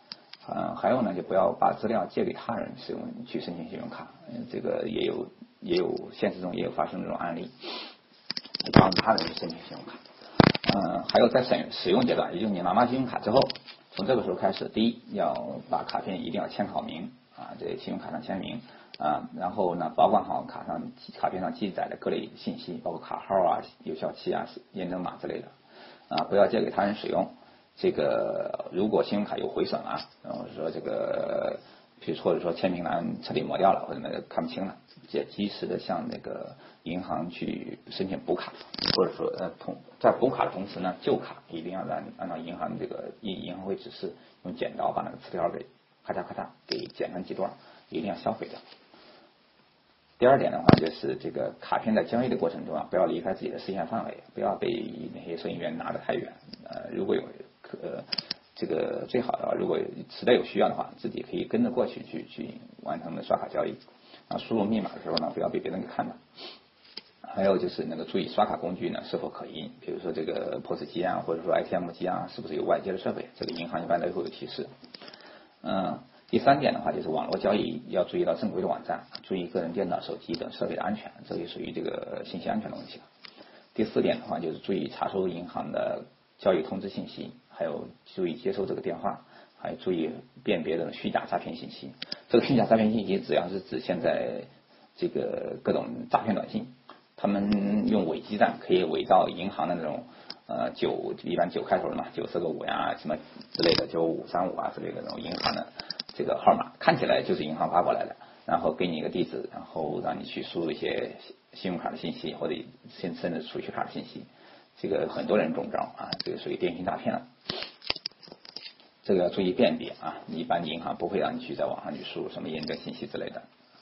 还有呢，就不要把资料借给他人使用去申请信用卡，这个也有现实中也有发生这种案例，帮他人去申请信用卡。还有在使用阶段，也就是你拿到信用卡之后，从这个时候开始，第一要把卡片一定要签好名这信用卡上签名然后呢保管好卡片上记载的各类信息，包括卡号有效期验证码之类的不要借给他人使用。这个如果信用卡有毁损然后说这个或者说签名栏彻底磨掉了或者看不清了，及时的向那个银行去申请补卡，或者说在补卡的同时呢，旧卡一定要按照银行会指示用剪刀把那个磁条给咔嚓咔嚓给剪成几段，一定要销毁掉。第二点的话，就是这个卡片在交易的过程中不要离开自己的视线范围，不要被那些收银员拿得太远。如果有这个最好的话，如果实在有需要的话，自己可以跟着过去完成的刷卡交易。输入密码的时候呢，不要被别人给看到。还有就是那个注意刷卡工具呢是否可疑，比如说这个 POS 机或者说 ATM 机是不是有外接的设备，这个银行一般都会有提示。第三点的话，就是网络交易要注意到正规的网站，注意个人电脑、手机等设备的安全，这也属于这个信息安全的问题了。第四点的话，就是注意查收银行的交易通知信息，还有注意接收这个电话，还有注意辨别的虚假诈骗信息。这个虚假诈骗信息主要是指现在这个各种诈骗短信，他们用伪基站可以伪造银行的那种一般9开头的嘛，9是个5什么之类的，9535之类的那种银行的这个号码，看起来就是银行发过来的，然后给你一个地址，然后让你去输入一些信用卡的信息或者甚至储蓄卡的信息，这个很多人中招这个属于电信诈骗了。这个要注意辨别一般银行不会让你去在网上去输入什么验证信息之类的。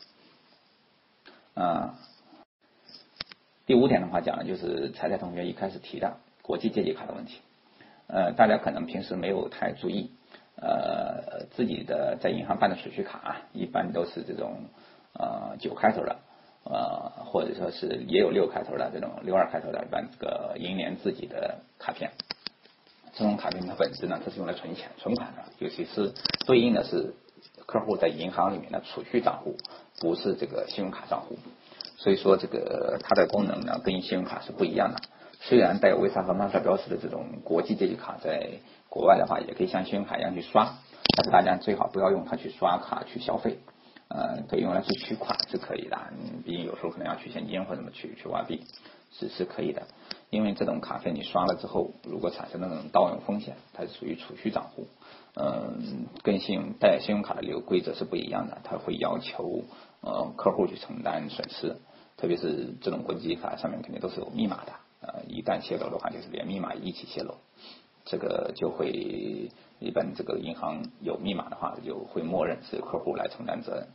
第5点的话讲的就是彩彩同学一开始提的国际借记卡的问题。大家可能平时没有太注意，自己的在银行办的储蓄卡一般都是这种9开头的，或者说是也有6开头的这种62开头的，一般这个银联自己的卡片。这种卡片的本质呢，它是用来存款的，尤其是对应的是客户在银行里面的储蓄账户，不是这个信用卡账户。所以说这个它的功能呢跟信用卡是不一样的。虽然带有 Visa 和 Master 标识的这种国际借记卡在国外的话也可以像信用卡一样去刷，但是大家最好不要用它去刷卡去消费，可以用来去取款是可以的，毕竟有时候可能要取现金或者什么去挖币是可以的。因为这种卡片你刷了之后，如果产生那种盗用风险，它是属于储蓄账户，跟带信用卡的规则是不一样的，它会要求客户去承担损失，特别是这种国际卡上面肯定都是有密码的，一旦泄露的话就是连密码一起泄露，这个就会一般这个银行有密码的话就会默认是客户来承担责任。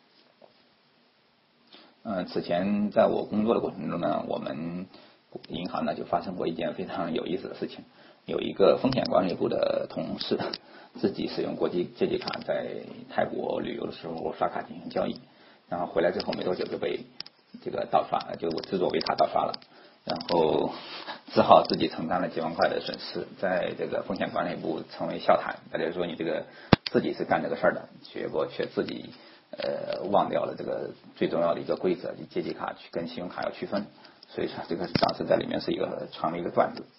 此前在我工作的过程中呢，我们银行呢就发生过一件非常有意思的事情，有一个风险管理部的同事自己使用国际借记卡在泰国旅游的时候刷卡进行交易，然后回来之后没多久就被这个盗刷，就制作伪卡盗刷了，然后只好自己承担了几万块的损失，在这个风险管理部成为笑谈。大家说你这个自己是干这个事儿的，结果却自己忘掉了这个最重要的一个规则，借记卡跟信用卡要区分，所以说这个当时在里面是传了一个段子。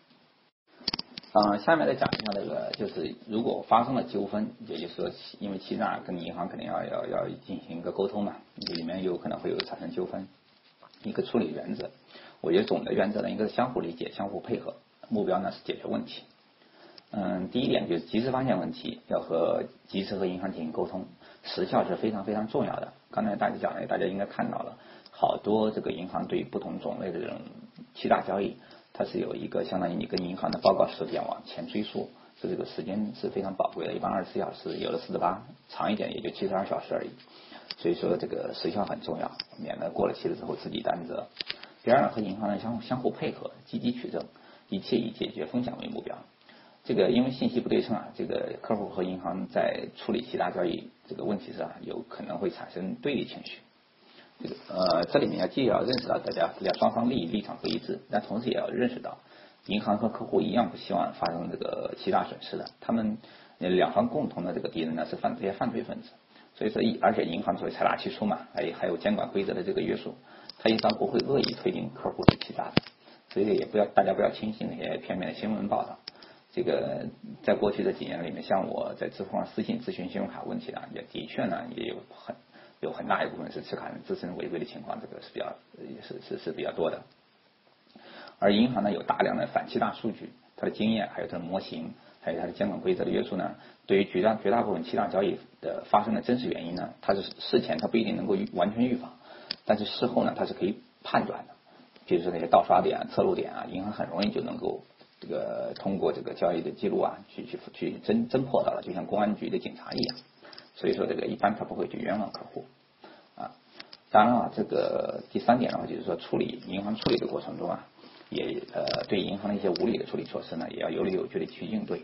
下面再讲一下这个，就是如果发生了纠纷，也就是说因为欺诈跟银行肯定要进行一个沟通嘛，里面有可能会产生纠纷，一个处理原则，我觉得总的原则呢应该是相互理解、相互配合，目标呢是解决问题。第一点就是及时发现问题，要及时和银行进行沟通，时效是非常非常重要的。刚才大家讲的，大家应该看到了，好多这个银行对于不同种类的这种欺诈交易，它是有一个相当于你跟银行的报告时点往前追溯，这个时间是非常宝贵的，一般24小时，有的48，长一点也就72小时而已。所以说这个时效很重要，免得过了期了之后自己担责。第二呢，和银行呢相互配合，积极取证，一切以解决风险为目标。这个因为信息不对称这个客户和银行在处理其他交易这个问题上有可能会产生对立情绪。这里面既要认识到大家双方立场不一致，但同时也要认识到银行和客户一样不希望发生这个欺诈损失的，他们两方共同的这个敌人呢是这些犯罪分子。所以说而且银行作为财大气粗嘛，还有监管规则的这个约束，它一般不会恶意推进客户去欺诈的。所以也大家不要轻信那些片面的新闻报道。这个在过去的几年里面，像我在知乎上私信咨询信用卡问题呢，也的确呢也有很大一部分是持卡人自身违规的情况，这个是比较多的。而银行呢有大量的反欺诈数据，它的经验还有它的模型，还有它的监管规则的约束呢，对于绝大部分欺诈交易的发生的真实原因呢，它是事前它不一定能够完全预防，但是事后呢它是可以判断的。比如说那些盗刷点、侧录点啊，银行很容易就能够这个通过这个交易的记录啊，去侦破到了，就像公安局的警察一样。所以说这个一般他不会去冤枉客户啊。当然啊，这个第三点的话，就是说银行处理的过程中啊，也对银行的一些无理的处理措施呢，也要有理有据的去应对。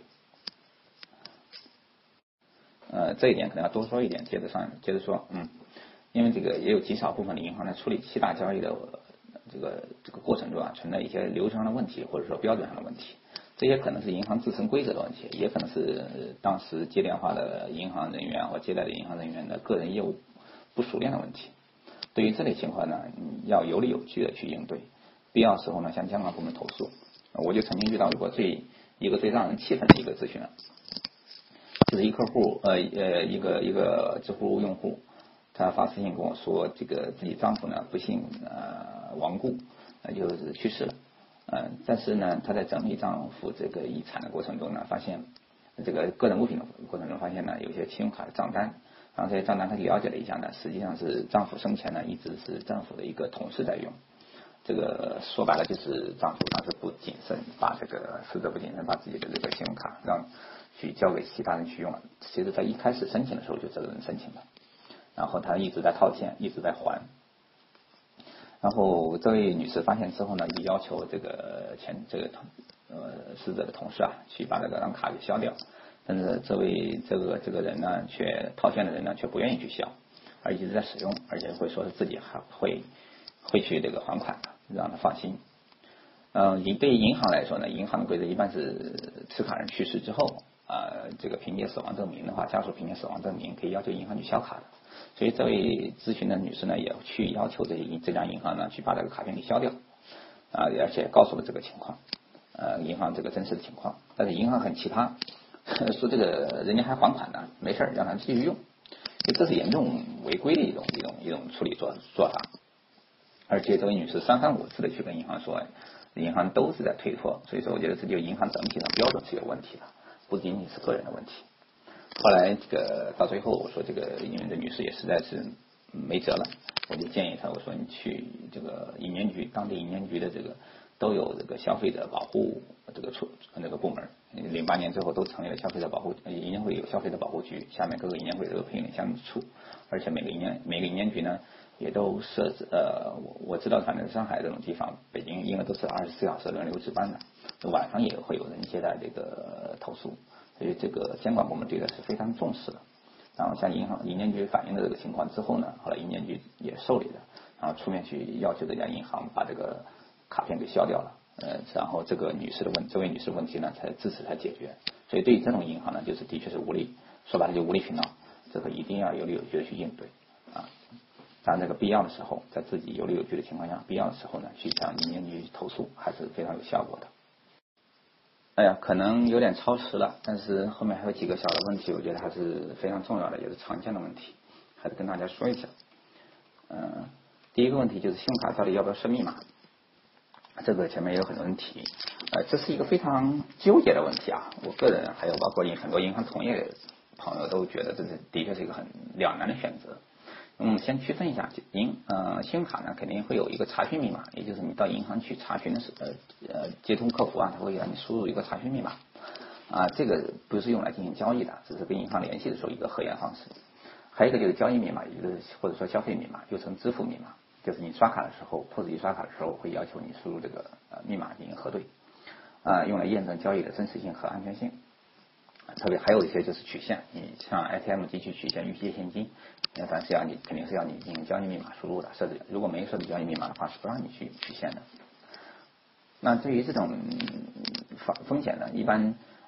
这一点可能要多说一点，接着说，因为这个也有极少部分的银行在处理欺诈交易的这个过程中啊，存在一些流程上的问题，或者说标准上的问题。这些可能是银行自身规则的问题，也可能是当时接电话的银行人员或接待的银行人员的个人业务不熟练的问题。对于这类情况呢，要有理有据的去应对，必要时候呢向监管部门投诉。我就曾经遇到过一个最让人气愤的一个咨询，就是一客户一个知乎用户，他发私信跟我说，这个自己丈夫呢不幸亡故，就是去世了。但是呢，他在整理丈夫这个遗产的过程中呢，发现这个个人物品的过程中发现呢，有些信用卡的账单，然后这些账单他了解了一下呢，实际上是丈夫生前呢一直是政府的一个同事在用。这个说白了就是丈夫当时不谨慎，把这个死者不谨慎把自己的这个信用卡去交给其他人去用了。其实在一开始申请的时候就这个人申请的，然后他一直在套现，一直在还。然后这位女士发现之后呢，就要求这个死者的同事啊，去把这张卡给消掉。但是这个人呢，套现的人呢，却不愿意去消，而一直在使用，而且会说是自己还会去这个还款的，让他放心。对于银行来说呢，银行的规则一般是持卡人去世之后这个凭借死亡证明的话，家属凭借死亡证明可以要求银行去销卡的。所以这位咨询的女士呢，也去要求这家银行呢去把这个卡片给消掉而且告诉了这个情况银行这个真实的情况。但是银行很奇葩，说这个人家还还款呢，没事让他继续用，这是严重违规的一种处理做法。而且这位女士3、4、5次的去跟银行说，银行都是在推脱。所以说我觉得这就银行整体上标准是有问题的，不仅仅是个人的问题。后来这个到最后，我说这个因为这女士也实在是没辙了，我就建议她，我说你去这个当地银监局的这个都有这个消费者保护这个部门，08年之后都成立了消费者保护银监会有消费者保护局，下面各个银监会都有配领相应处，而且每个银监局呢也都设置我知道反正上海这种地方，北京应该都是24小时轮流值班的，晚上也会有人接待这个投诉。所以这个监管部门对它是非常重视的。然后向银监局反映的这个情况之后呢，后来银监局也受理了，然后出面去要求这家银行把这个卡片给消掉了。然后这位女士的问题呢才自此才解决。所以对于这种银行呢，就是的确是无理，说白了就无理取闹，这个一定要有理有据的去应对当然这个必要的时候，在自己有理有据的情况下，必要的时候呢，去向银监局投诉还是非常有效果的。哎呀，可能有点超时了，但是后面还有几个小的问题，我觉得还是非常重要的，也是常见的问题，还是跟大家说一下。第一个问题就是信用卡到底要不要设密码，这个前面也有很多人提，这是一个非常纠结的问题啊。我个人还有包括很多银行从业朋友都觉得这是的确是一个很两难的选择。先区分一下，信用卡呢肯定会有一个查询密码，也就是你到银行去查询的时候，接通客服它会让你输入一个查询密码这个不是用来进行交易的，只是跟银行联系的时候一个核验方式。还有一个就是交易密码，也就是或者说消费密码，又称支付密码，就是你刷卡的时候，POS机刷卡的时候会要求你输入这个密码进行核对用来验证交易的真实性和安全性。特别还有一些就是取现，你像 ATM 机去取现预借现金，但是肯定是要你进行交易密码输入的，如果没设置交易密码的话是不让你去取现的。那对于这种风险呢，一般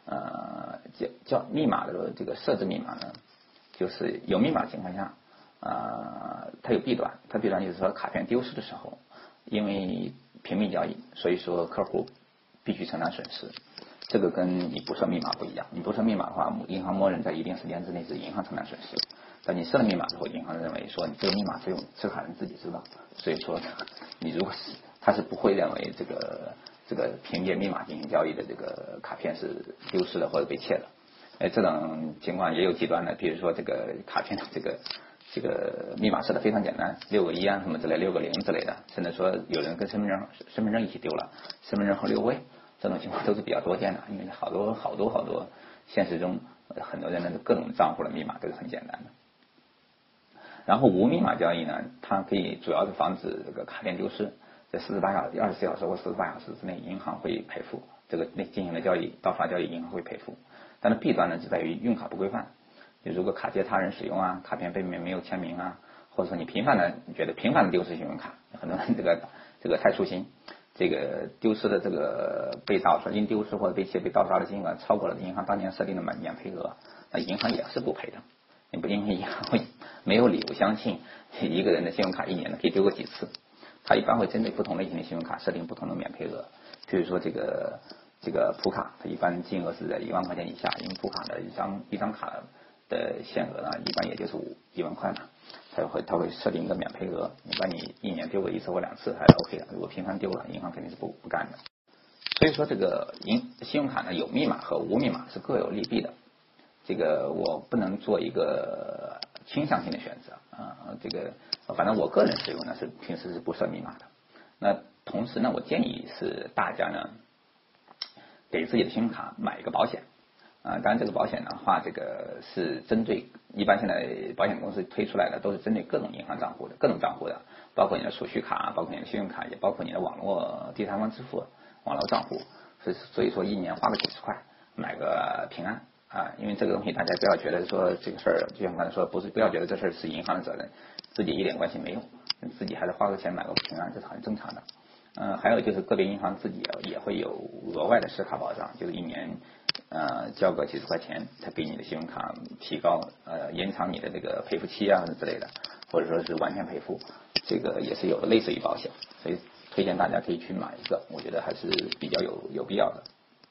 叫密码的这个设置密码呢，就是有密码情况下，它有弊端，它弊端就是说卡片丢失的时候，因为屏蔽交易，所以说客户必须承担损失。这个跟你不设密码不一样，你不设密码的话，银行默认在一定时间之内是银行承担损失。但你设了密码之后，银行认为说你这个密码只有持卡人自己知道，所以说你如果是他是不会认为这个凭借密码进行交易的这个卡片是丢失的或者被窃的。这种情况也有极端的，比如说这个卡片的这个密码设的非常简单，6个1啊什么之类，6个0之类的，甚至说有人跟身份证一起丢了，身份证后6位，这种情况都是比较多见的，因为好多现实中很多人的各种账户的密码都是很简单的。然后无密码交易呢，它可以主要是防止这个卡片丢失，在24小时或48小时之内，银行会赔付这个进行的交易，盗刷交易银行会赔付。但是弊端呢，就在于用卡不规范。就如果卡借他人使用啊，卡片背面没有签名啊，或者说你频繁的丢失信用卡，很多人这个太粗心，这个丢失的这个被盗刷因丢失或者被窃被盗刷的金额超过了银行当年设定的免赔额，那银行也是不赔的。因为银行会没有理由相信一个人的信用卡一年可以丢过几次，他一般会针对不同类型的信用卡设定不同的免赔额。比如说这个普卡，它一般金额是在1万块钱以下，因为普卡的一张卡的限额呢，一般也就是1万块嘛，它会设定一个免赔额，一般你一年丢过1次或2次还是 OK 的，如果频繁丢了，银行肯定是不干的。所以说这个信用卡呢，有密码和无密码是各有利弊的。这个我不能做一个倾向性的选择这个反正我个人使用呢是平时是不设密码的。那同时呢，我建议是大家呢给自己的信用卡买一个保险当然这个保险的话，这个是针对一般现在保险公司推出来的都是针对各种银行账户的，各种账户的，包括你的储蓄卡，包括你的信用卡，也包括你的网络第三方支付网络账户。所以说一年花个几十块买个平安因为这个东西大家不要觉得说这个事儿，就像刚才说，不要觉得这事儿是银行的责任，自己一点关系没有，自己还是花个钱买个平安，这是很正常的。还有就是个别银行自己也会有额外的持卡保障，就是一年交个几十块钱，他给你的信用卡提高延长你的这个赔付期啊之类的，或者说是完全赔付，这个也是有的，类似于保险，所以推荐大家可以去买一个，我觉得还是比较有必要的。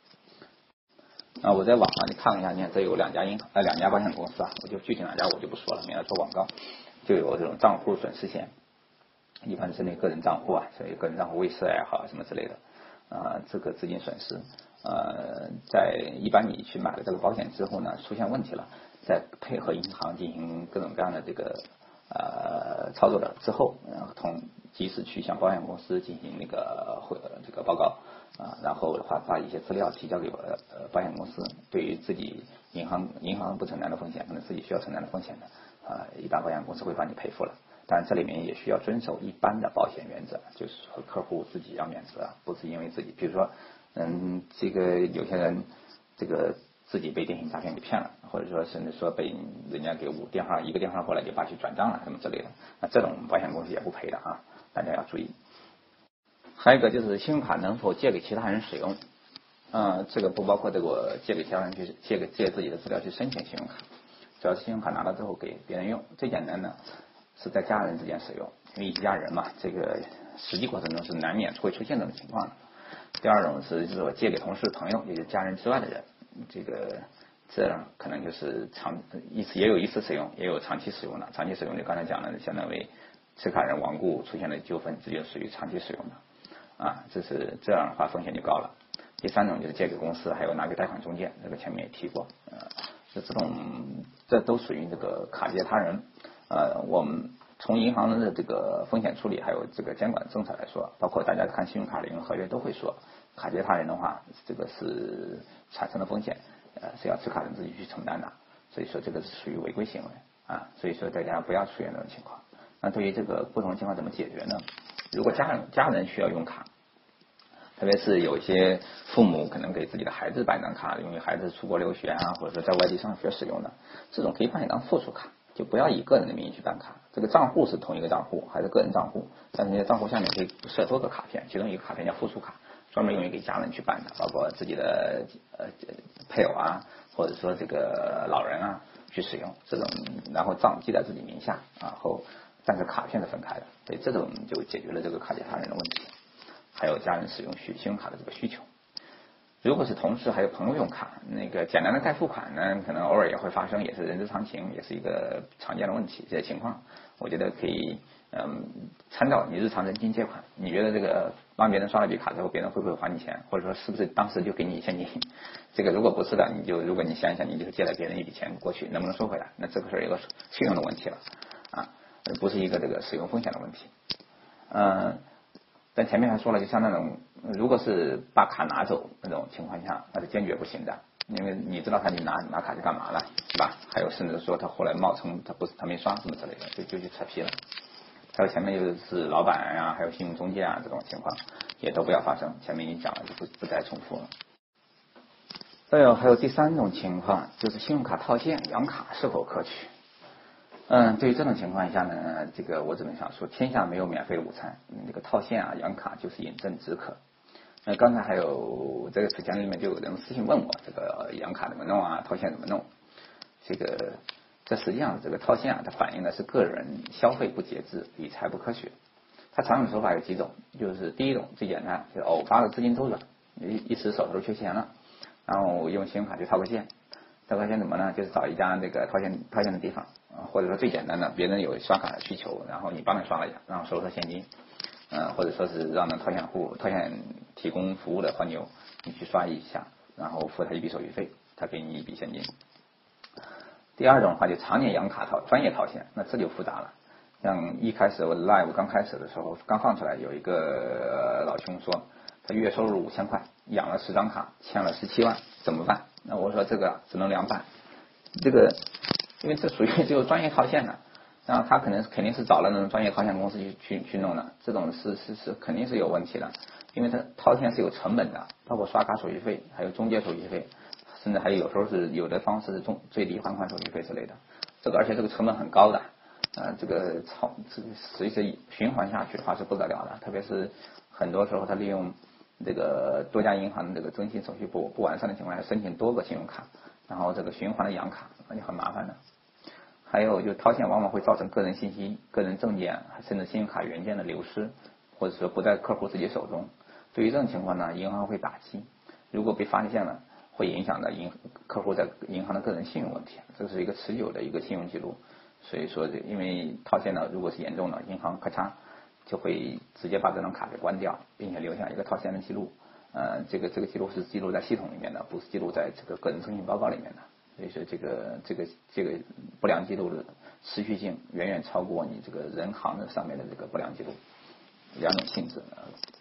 我在网上你看一下，你看这有两家保险公司我就具体哪家我就不说了，免得做广告。就有这种账户损失险，一般是那个人账户所以个人账户未设也好什么之类的这个资金损失在一般你去买了这个保险之后呢，出现问题了，再配合银行进行各种各样的这个操作了之后，及时去向保险公司进行这个报告然后的话把一些资料提交给保险公司，对于自己银行不承担的风险，可能自己需要承担的风险的一般保险公司会帮你赔付了。当然这里面也需要遵守一般的保险原则，就是说客户自己要免责，不是因为自己，比如说这个有些人这个自己被电信诈骗给骗了，或者说甚至说被人家给一个电话过来就把去转账了什么之类的，那这种保险公司也不赔的大家要注意。还有一个就是信用卡能否借给其他人使用这个不包括这个借给其他人去借自己的资料去申请信用卡，只要是信用卡拿到之后给别人用，最简单的是在家人之间使用，因为一家人嘛，这个实际过程中是难免会出现这种情况的。第二种就是我借给同事朋友，也就是家人之外的人，这样可能就是也有一次使用，也有长期使用的。长期使用就刚才讲的，相当于持卡人亡故出现的纠纷，这就属于长期使用的这样的话风险就高了。第三种就是借给公司，还有拿给贷款中介，这个前面也提过这都属于这个卡借他人我们从银行的这个风险处理还有这个监管政策来说，包括大家看信用卡的合约都会说，卡借他人的话，这个是产生的风险是要持卡人自己去承担的，所以说这个是属于违规行为所以说大家不要出现这种情况。那对于这个不同的情况怎么解决呢？如果家人需要用卡，特别是有一些父母可能给自己的孩子办一张卡，因为孩子出国留学或者说在外地上学使用的，这种可以办一张附属卡，就不要以个人的名义去办卡。这个账户是同一个账户，还是个人账户，但是你的账户下面可以设多个卡片，其中一个卡片叫附属卡， 专门用于给家人去办的，包括自己的配偶啊，或者说这个老人啊去使用这种，然后账记在自己名下，然后但是卡片是分开的，所以这种就解决了这个卡借他人的问题，还有家人使用信用卡的这个需求。如果是同事还有朋友用卡，那个简单的代付款呢，可能偶尔也会发生，也是人之常情，也是一个常见的问题。这些情况，我觉得可以参照你日常人均借款，你觉得这个帮别人刷了笔卡之后，别人会不会还你钱，或者说是不是当时就给你现金？这个如果不是的，如果你想一想，你就是借了别人一笔钱过去，能不能收回来？那这个是一个信用的问题了啊，不是一个这个使用风险的问题。但前面还说了，就像那种如果是把卡拿走那种情况下，那是坚决不行的，因为你知道他你拿卡去干嘛了，是吧？还有甚至说他后来冒充他没刷什么之类的，就去扯皮了。还有前面就是老板啊，还有信用中介啊这种情况也都不要发生，前面已经讲了，就不再重复了。还有第三种情况就是信用卡套现养卡是否可取？对于这种情况下呢，这个我只能想说，天下没有免费的午餐。这个套现啊、养卡就是饮鸩止渴。刚才还有这个之前里面就有人私信问我，这个养卡怎么弄啊，套现怎么弄？这实际上这个套现啊，它反映的是个人消费不节制、理财不科学。它常用手法有几种，就是第一种最简单，就是偶发的资金周转，一时手头缺钱了，然后用信用卡去套个现。套个现怎么呢？就是找一家那个套现的地方，或者说最简单的，别人有刷卡的需求，然后你帮他刷了一下，然后收他现金，或者说是让那套现提供服务的黄牛，你去刷一下，然后付他一笔手续费，他给你一笔现金。第二种的话就常年养卡专业套现，那这就复杂了。像一开始我 live 刚开始的时候，刚放出来有一个老兄说，他月收入5000块，养了10张卡，欠了17万，怎么办？那我说这个只能凉拌，这个因为这属于只有专业套现的，然后他肯定是找了那种专业套现公司去弄的，这种是肯定是有问题的，因为它套现是有成本的，包括刷卡手续费，还有中介手续费，甚至还有时候是有的方式是最低还款手续费之类的，而且这个成本很高的，这个实际循环下去的话是不得了的，特别是很多时候他利用这个多家银行的这个征信手续不完善的情况下，申请多个信用卡，然后这个循环的养卡，那就很麻烦的。还有就套现往往会造成个人信息、个人证件甚至信用卡原件的流失，或者说不在客户自己手中。对于这种情况呢，银行会打击，如果被发现了，会影响到客户在银行的个人信用问题，这是一个持久的一个信用记录。所以说，因为套现呢，如果是严重的，银行咔嚓就会直接把这张卡给关掉，并且留下一个套现的记录。这个记录是记录在系统里面的，不是记录在这个个人征信报告里面的。所以说，这个不良记录的持续性远远超过你这个人行的上面的这个不良记录两种性质。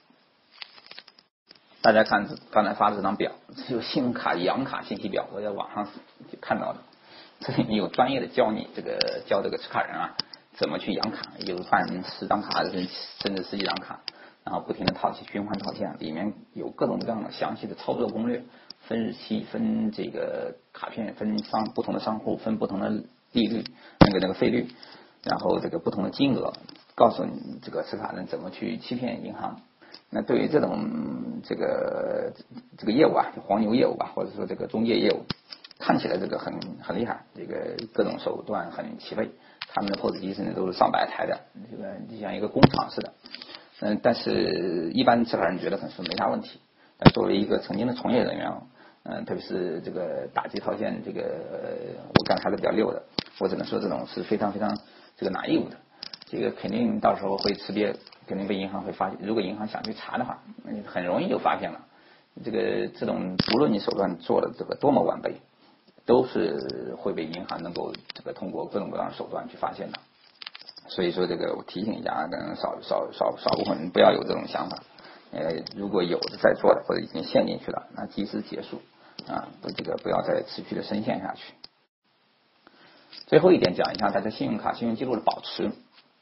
大家看刚才发的这张表，这有信用卡养卡信息表，我在网上看到的。这里面有专业的教这个持卡人啊怎么去养卡，有办10张卡甚至10几张卡，然后不停的循环套现，里面有各种各样的详细的操作攻略，分日期，分这个卡片，分不同的商户，分不同的利率，那个费率，然后这个不同的金额，告诉你这个持卡人怎么去欺骗银行。那对于这种这个业务啊，就黄牛业务吧，或者说这个中介业务，看起来这个很厉害，这个各种手段很齐备，他们的 POS 机甚至都是上百台的，这个就像一个工厂似的。但是一般持卡人觉得可能是没啥问题，但作为一个曾经的从业人员，特别是这个打击套现，这个我干还是比较溜的，我只能说这种是非常非常这个naive的，这个肯定到时候会吃瘪，肯定被银行会发现，如果银行想去查的话，很容易就发现了。这种无论你手段做的这个多么完备，都是会被银行能够这个通过各种各样的手段去发现的。所以说这个我提醒一下，可能少部分人不要有这种想法。如果有的在做的或者已经陷进去了，那及时结束啊，不要再持续的深陷下去。最后一点讲一下大家信用卡信用记录的保持。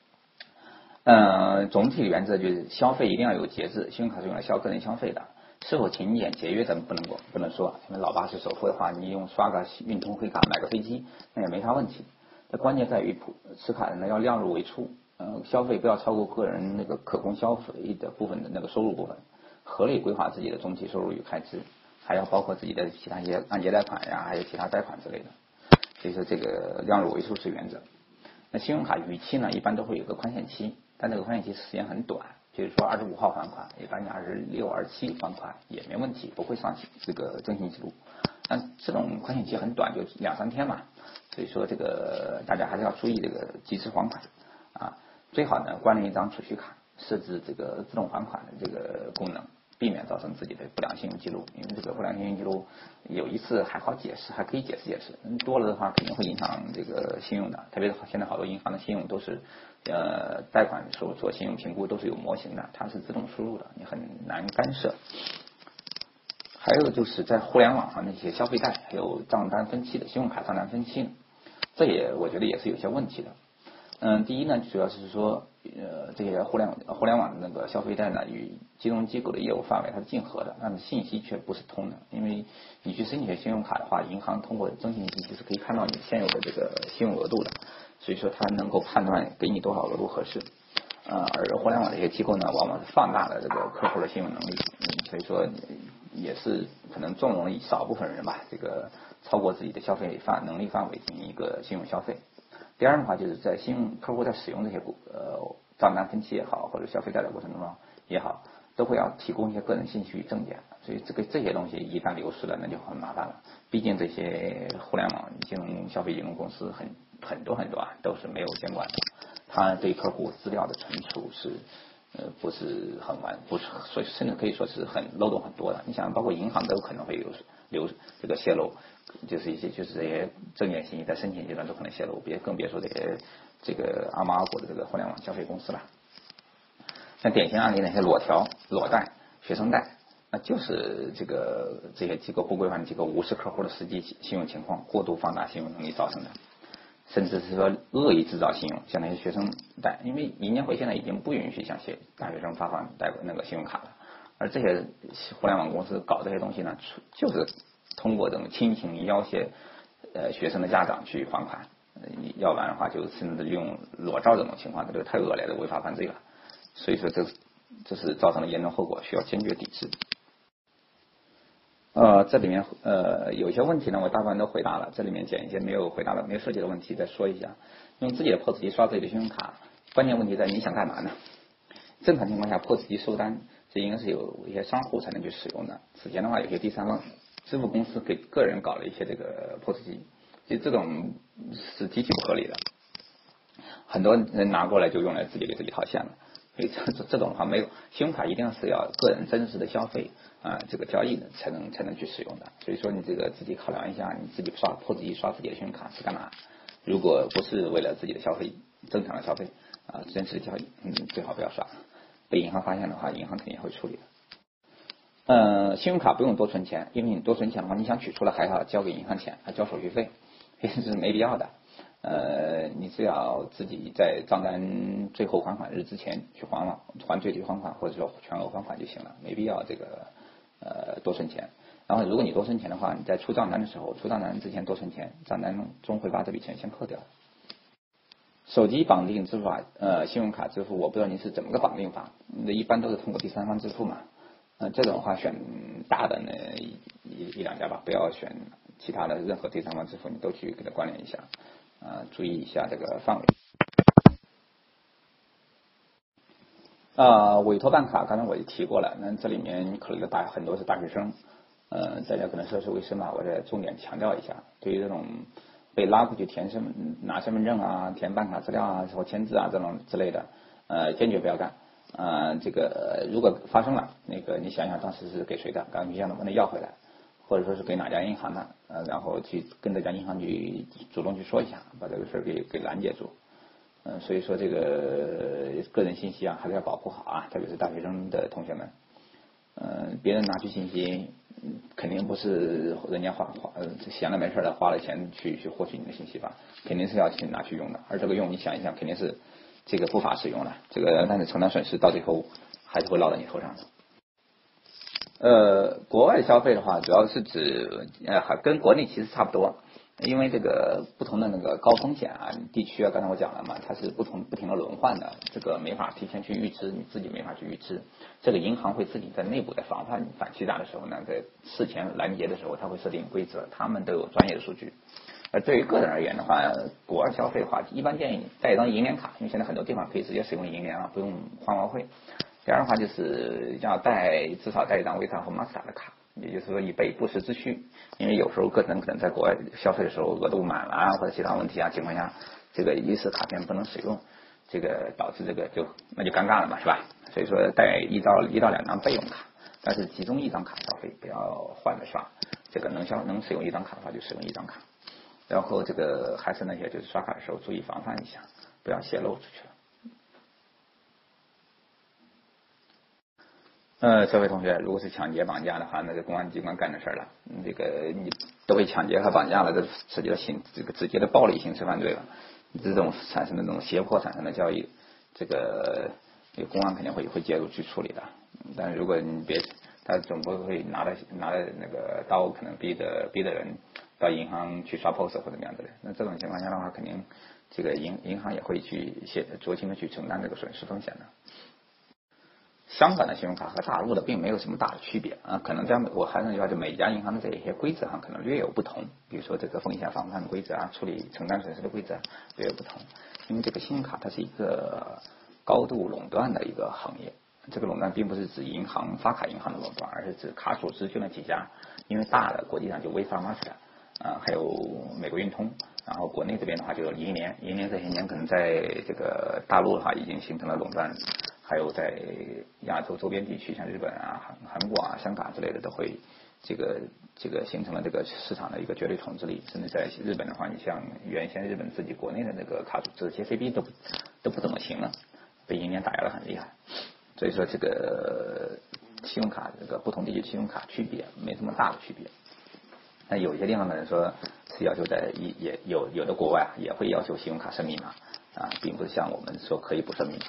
总体原则就是消费一定要有节制，信用卡是用来个人消费的，是否勤俭节约的不能说，因为老爸是首付的话，你用刷个运通黑卡买个飞机，那也没啥问题。这关键在于持卡人呢要量入为出，消费不要超过个人那个可供消费的部分的那个收入部分， 合理规划自己的总体收入与开支，还要包括自己的其他一些按揭贷款呀，还有其他贷款之类的。所以说这个量入为出是原则。那信用卡逾期呢，一般都会有个宽限期，但这个宽限期时间很短，比如说25号还款，一般26、27还款也没问题，不会上这个征信记录。但这种宽限期很短，就2、3天嘛，所以说这个大家还是要注意这个及时还款啊。最好呢关联一张储蓄卡，设置这个自动还款的这个功能，避免造成自己的不良信用记录。因为这个不良信用记录有一次还好解释，还可以解释，多了的话肯定会影响这个信用的。特别是现在好多银行的信用都是贷款时候做信用评估都是有模型的，它是自动输入的，你很难干涉。还有就是在互联网上那些消费贷，还有账单分期的信用卡账单分期，这也我觉得也是有些问题的。第一呢，主要是说这些互联网的那个消费贷呢，与金融机构的业务范围它是竞合的，但是信息却不是通的。因为你去申请信用卡的话，银行通过征信信息是可以看到你现有的这个信用额度的，所以说它能够判断给你多少额度合适。而互联网这些机构呢，往往是放大了这个客户的信用能力，所以说也是可能纵容一少部分人吧，这个超过自己的消费能力范围进行一个信用消费。第二的话，就是在客户在使用这些账单分期也好，或者消费贷的过程中也好，都会要提供一些个人信息与证件，所以这些东西一旦流失了，那就很麻烦了。毕竟这些互联网消费金融公司很多啊，都是没有监管的，它对客户资料的存储是不是很所以甚至可以说是漏洞很多的。你想，包括银行都有可能会有这个泄露，就是这些证件信息在申请阶段都可能泄露，更别说这个阿猫阿狗的这个互联网消费公司了。像典型案例那些裸条、裸贷、学生贷，那就是这些机构不规范的机构无视客户的实际信用情况，过度放大信用能力造成的。甚至是说恶意制造信用，像那些学生贷，因为银监会现在已经不允许向大学生发放那个信用卡了，而这些互联网公司搞这些东西呢，就是通过这种亲情要挟学生的家长去还款，要不然的话就甚至用裸照这种情况，这个太恶劣的违法犯罪了。所以说这是造成了严重后果，需要坚决抵制。这里面有些问题呢，我大部分都回答了，这里面捡一些没有回答的、没有涉及的问题再说一下。用自己的 POS 机刷自己的信用卡，关键问题在你想干嘛呢？正常情况下 POS 机收单这应该是有一些商户才能去使用的，此前的话有些第三方支付公司给个人搞了一些这个 POS 机，其实这种是极其不合理的，很多人拿过来就用来自己给自己套现了。所以这种的话没有，信用卡一定是要个人真实的消费这个交易的才能去使用的。所以说你这个自己考量一下，你自己刷 POS 机刷自己的信用卡是干嘛？如果不是为了自己的消费，正常的消费真实的交易，最好不要刷。被银行发现的话，银行肯定会处理的。信用卡不用多存钱，因为你多存钱的话，你想取出来还要交给银行钱，还交手续费，这是没必要的。你只要自己在账单最后还款日之前去还最低还款或者说全额还款就行了，没必要这个多存钱。然后如果你多存钱的话，你在出账单的时候，出账单之前多存钱，账单中会把这笔钱先扣掉。手机绑定支付法，信用卡支付，我不知道你是怎么个绑定法，一般都是通过第三方支付嘛。这种的话选大的呢一两家吧，不要选其他的任何第三方支付，你都去给它关联一下。注意一下这个范围。委托办卡，刚才我也提过了，那这里面考虑的很多是大学生，大家可能涉世未深吧，我再重点强调一下，对于这种被拉过去拿身份证啊、填办卡资料啊、或签字啊这种之类的，坚决不要干。这个如果发生了，你想想当时是给谁的，赶紧向他们要回来。或者说是给哪家银行的，然后去跟这家银行去主动去说一下，把这个事儿给拦截住。所以说这个个人信息啊还是要保护好啊，特别是大学生的同学们。别人拿去信息，肯定不是人家闲了没事的花了钱去获取你的信息吧，肯定是要去拿去用的。而这个用，你想一想，肯定是这个不法使用了，但是承担损失到最后还是会落到你头上的。国外消费的话，主要是指跟国内其实差不多， 因为这个不同的那个高风险啊地区啊，刚才我讲了嘛，它是不停的轮换的，这个没法提前去预知，你自己没法去预知。这个银行会自己在内部在防范反欺诈的时候呢，在事前拦截的时候，它会设定规则，他们都有专业的数据。对于个人而言的话，国外消费的话，一般建议带一张银联卡，因为现在很多地方可以直接使用银联啊，不用换外汇。第二的话就是要至少带一张 Visa 和 Master 的卡，也就是说以备不时之需。因为有时候个人可能在国外消费的时候额度满了啊，或者其他问题啊情况下，这个一次卡片不能使用，这个导致这个那就尴尬了嘛，是吧？所以说带一到两张备用卡，但是集中一张卡消费，不要换着刷。这个能使用一张卡的话就使用一张卡。然后这个还是那些就是刷卡的时候注意防范一下，不要泄露出去了。这位同学，如果是抢劫绑架的话，那是公安机关干的事了。这个你都被抢劫和绑架了，这直接的暴力刑事犯罪了。这种产生的这种胁迫产生的交易，这个公安肯定会介入去处理的。但是如果你他总不会拿着那个刀，可能逼着人到银行去刷 POS 或者怎么样的。那这种情况下的话，肯定这个银行也会去酌情的去承担这个损失风险的。香港的信用卡和大陆的并没有什么大的区别啊，可能我还是那句话，就每家银行的这些规则上可能略有不同，比如说这个风险防范的规则啊，处理承担损失的规则略有不同。因为这个信用卡它是一个高度垄断的一个行业，这个垄断并不是指发卡银行的垄断，而是指卡组织就那几家，因为大的国际上就 Visa Master 还有美国运通，然后国内这边的话就有银联这些年可能在这个大陆的话已经形成了垄断。还有在亚洲周边地区，像日本啊、韩国啊、香港之类的，都会这个形成了这个市场的一个绝对统治力。甚至在日本的话，你像原先日本自己国内的那个卡组织 JCB 都不怎么行了，被银联打压得很厉害。所以说这个信用卡这个不同地区信用卡区别没这么大的区别。那有些地方呢说是要求也有的国外也会要求信用卡设密码啊，并不是像我们说可以不设密码。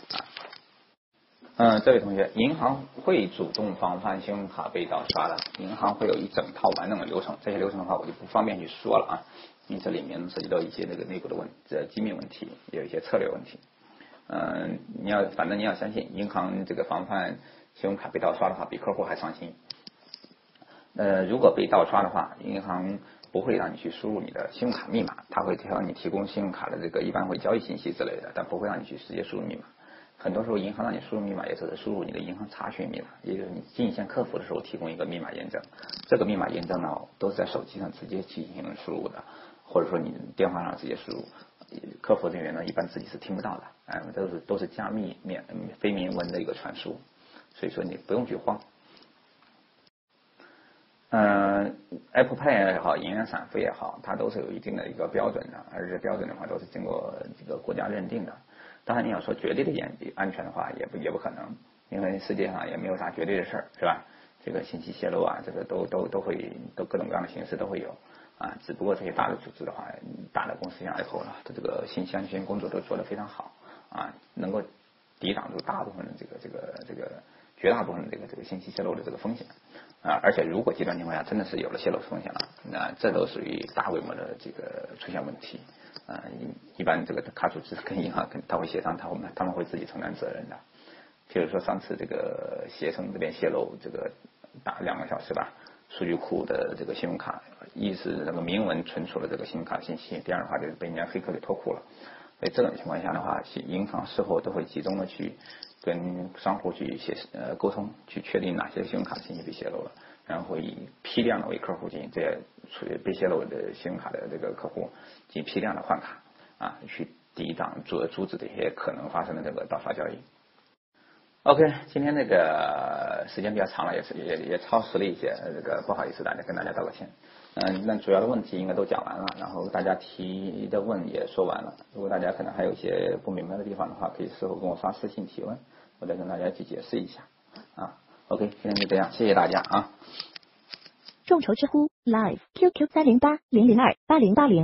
这位同学，银行会主动防范信用卡被盗刷的，银行会有一整套完整的流程，这些流程的话我就不方便去说了啊，因为这里面涉及到一些那个内部的机密问题，也有一些策略问题。反正你要相信，银行这个防范信用卡被盗刷的话，比客户还上心。如果被盗刷的话，银行不会让你去输入你的信用卡密码，它会让你提供信用卡的这个一般会交易信息之类的，但不会让你去直接输入密码。很多时候银行让你输入密码也只是输入你的银行查询密码，也就是你进线客服的时候提供一个密码验证，这个密码验证呢都是在手机上直接进行输入的，或者说你电话上直接输入，客服人员呢一般自己是听不到的，都是加密非明文的一个传输，所以说你不用去慌。Apple Pay 也好，银联闪付也好，它都是有一定的一个标准的，而且标准的话都是经过这个国家认定的。当然你要说绝对的安全的话也不可能，因为世界上也没有啥绝对的事儿，是吧？这个信息泄露啊，这个都各种各样的形式都会有啊。只不过这些大的组织的话，大的公司像 Apple 了，它这个信息安全工作都做得非常好啊，能够抵挡住大部分的这个绝大部分的这个信息泄露的这个风险啊。而且如果极端情况下真的是有了泄露风险了，那这都属于大规模的这个出现问题。一般这个卡组织跟银行他会协商，他们会自己承担责任的。譬如说上次这个携程这边泄露这个打2个小时吧，数据库的这个信用卡，一是那个明文存储了这个信用卡信息，第二的话就是被人家黑客给脱库了。所以这种情况下的话，银行事后都会集中的去跟商户去沟通，去确定哪些信用卡的信息被泄露了，然后以批量的为客户进行这些被泄露的信用卡的这个客户进行批量的换卡啊，去抵挡阻止这些可能发生的这个盗刷交易。OK， 今天这个时间比较长了，也超时了一些，这个不好意思，跟大家道个歉。那主要的问题应该都讲完了，然后大家提的问也说完了。如果大家可能还有一些不明白的地方的话，可以事后跟我发私信提问，我再跟大家去解释一下啊。OK， 今天就这样，谢谢大家啊。 众筹知乎 Live QQ 30800288080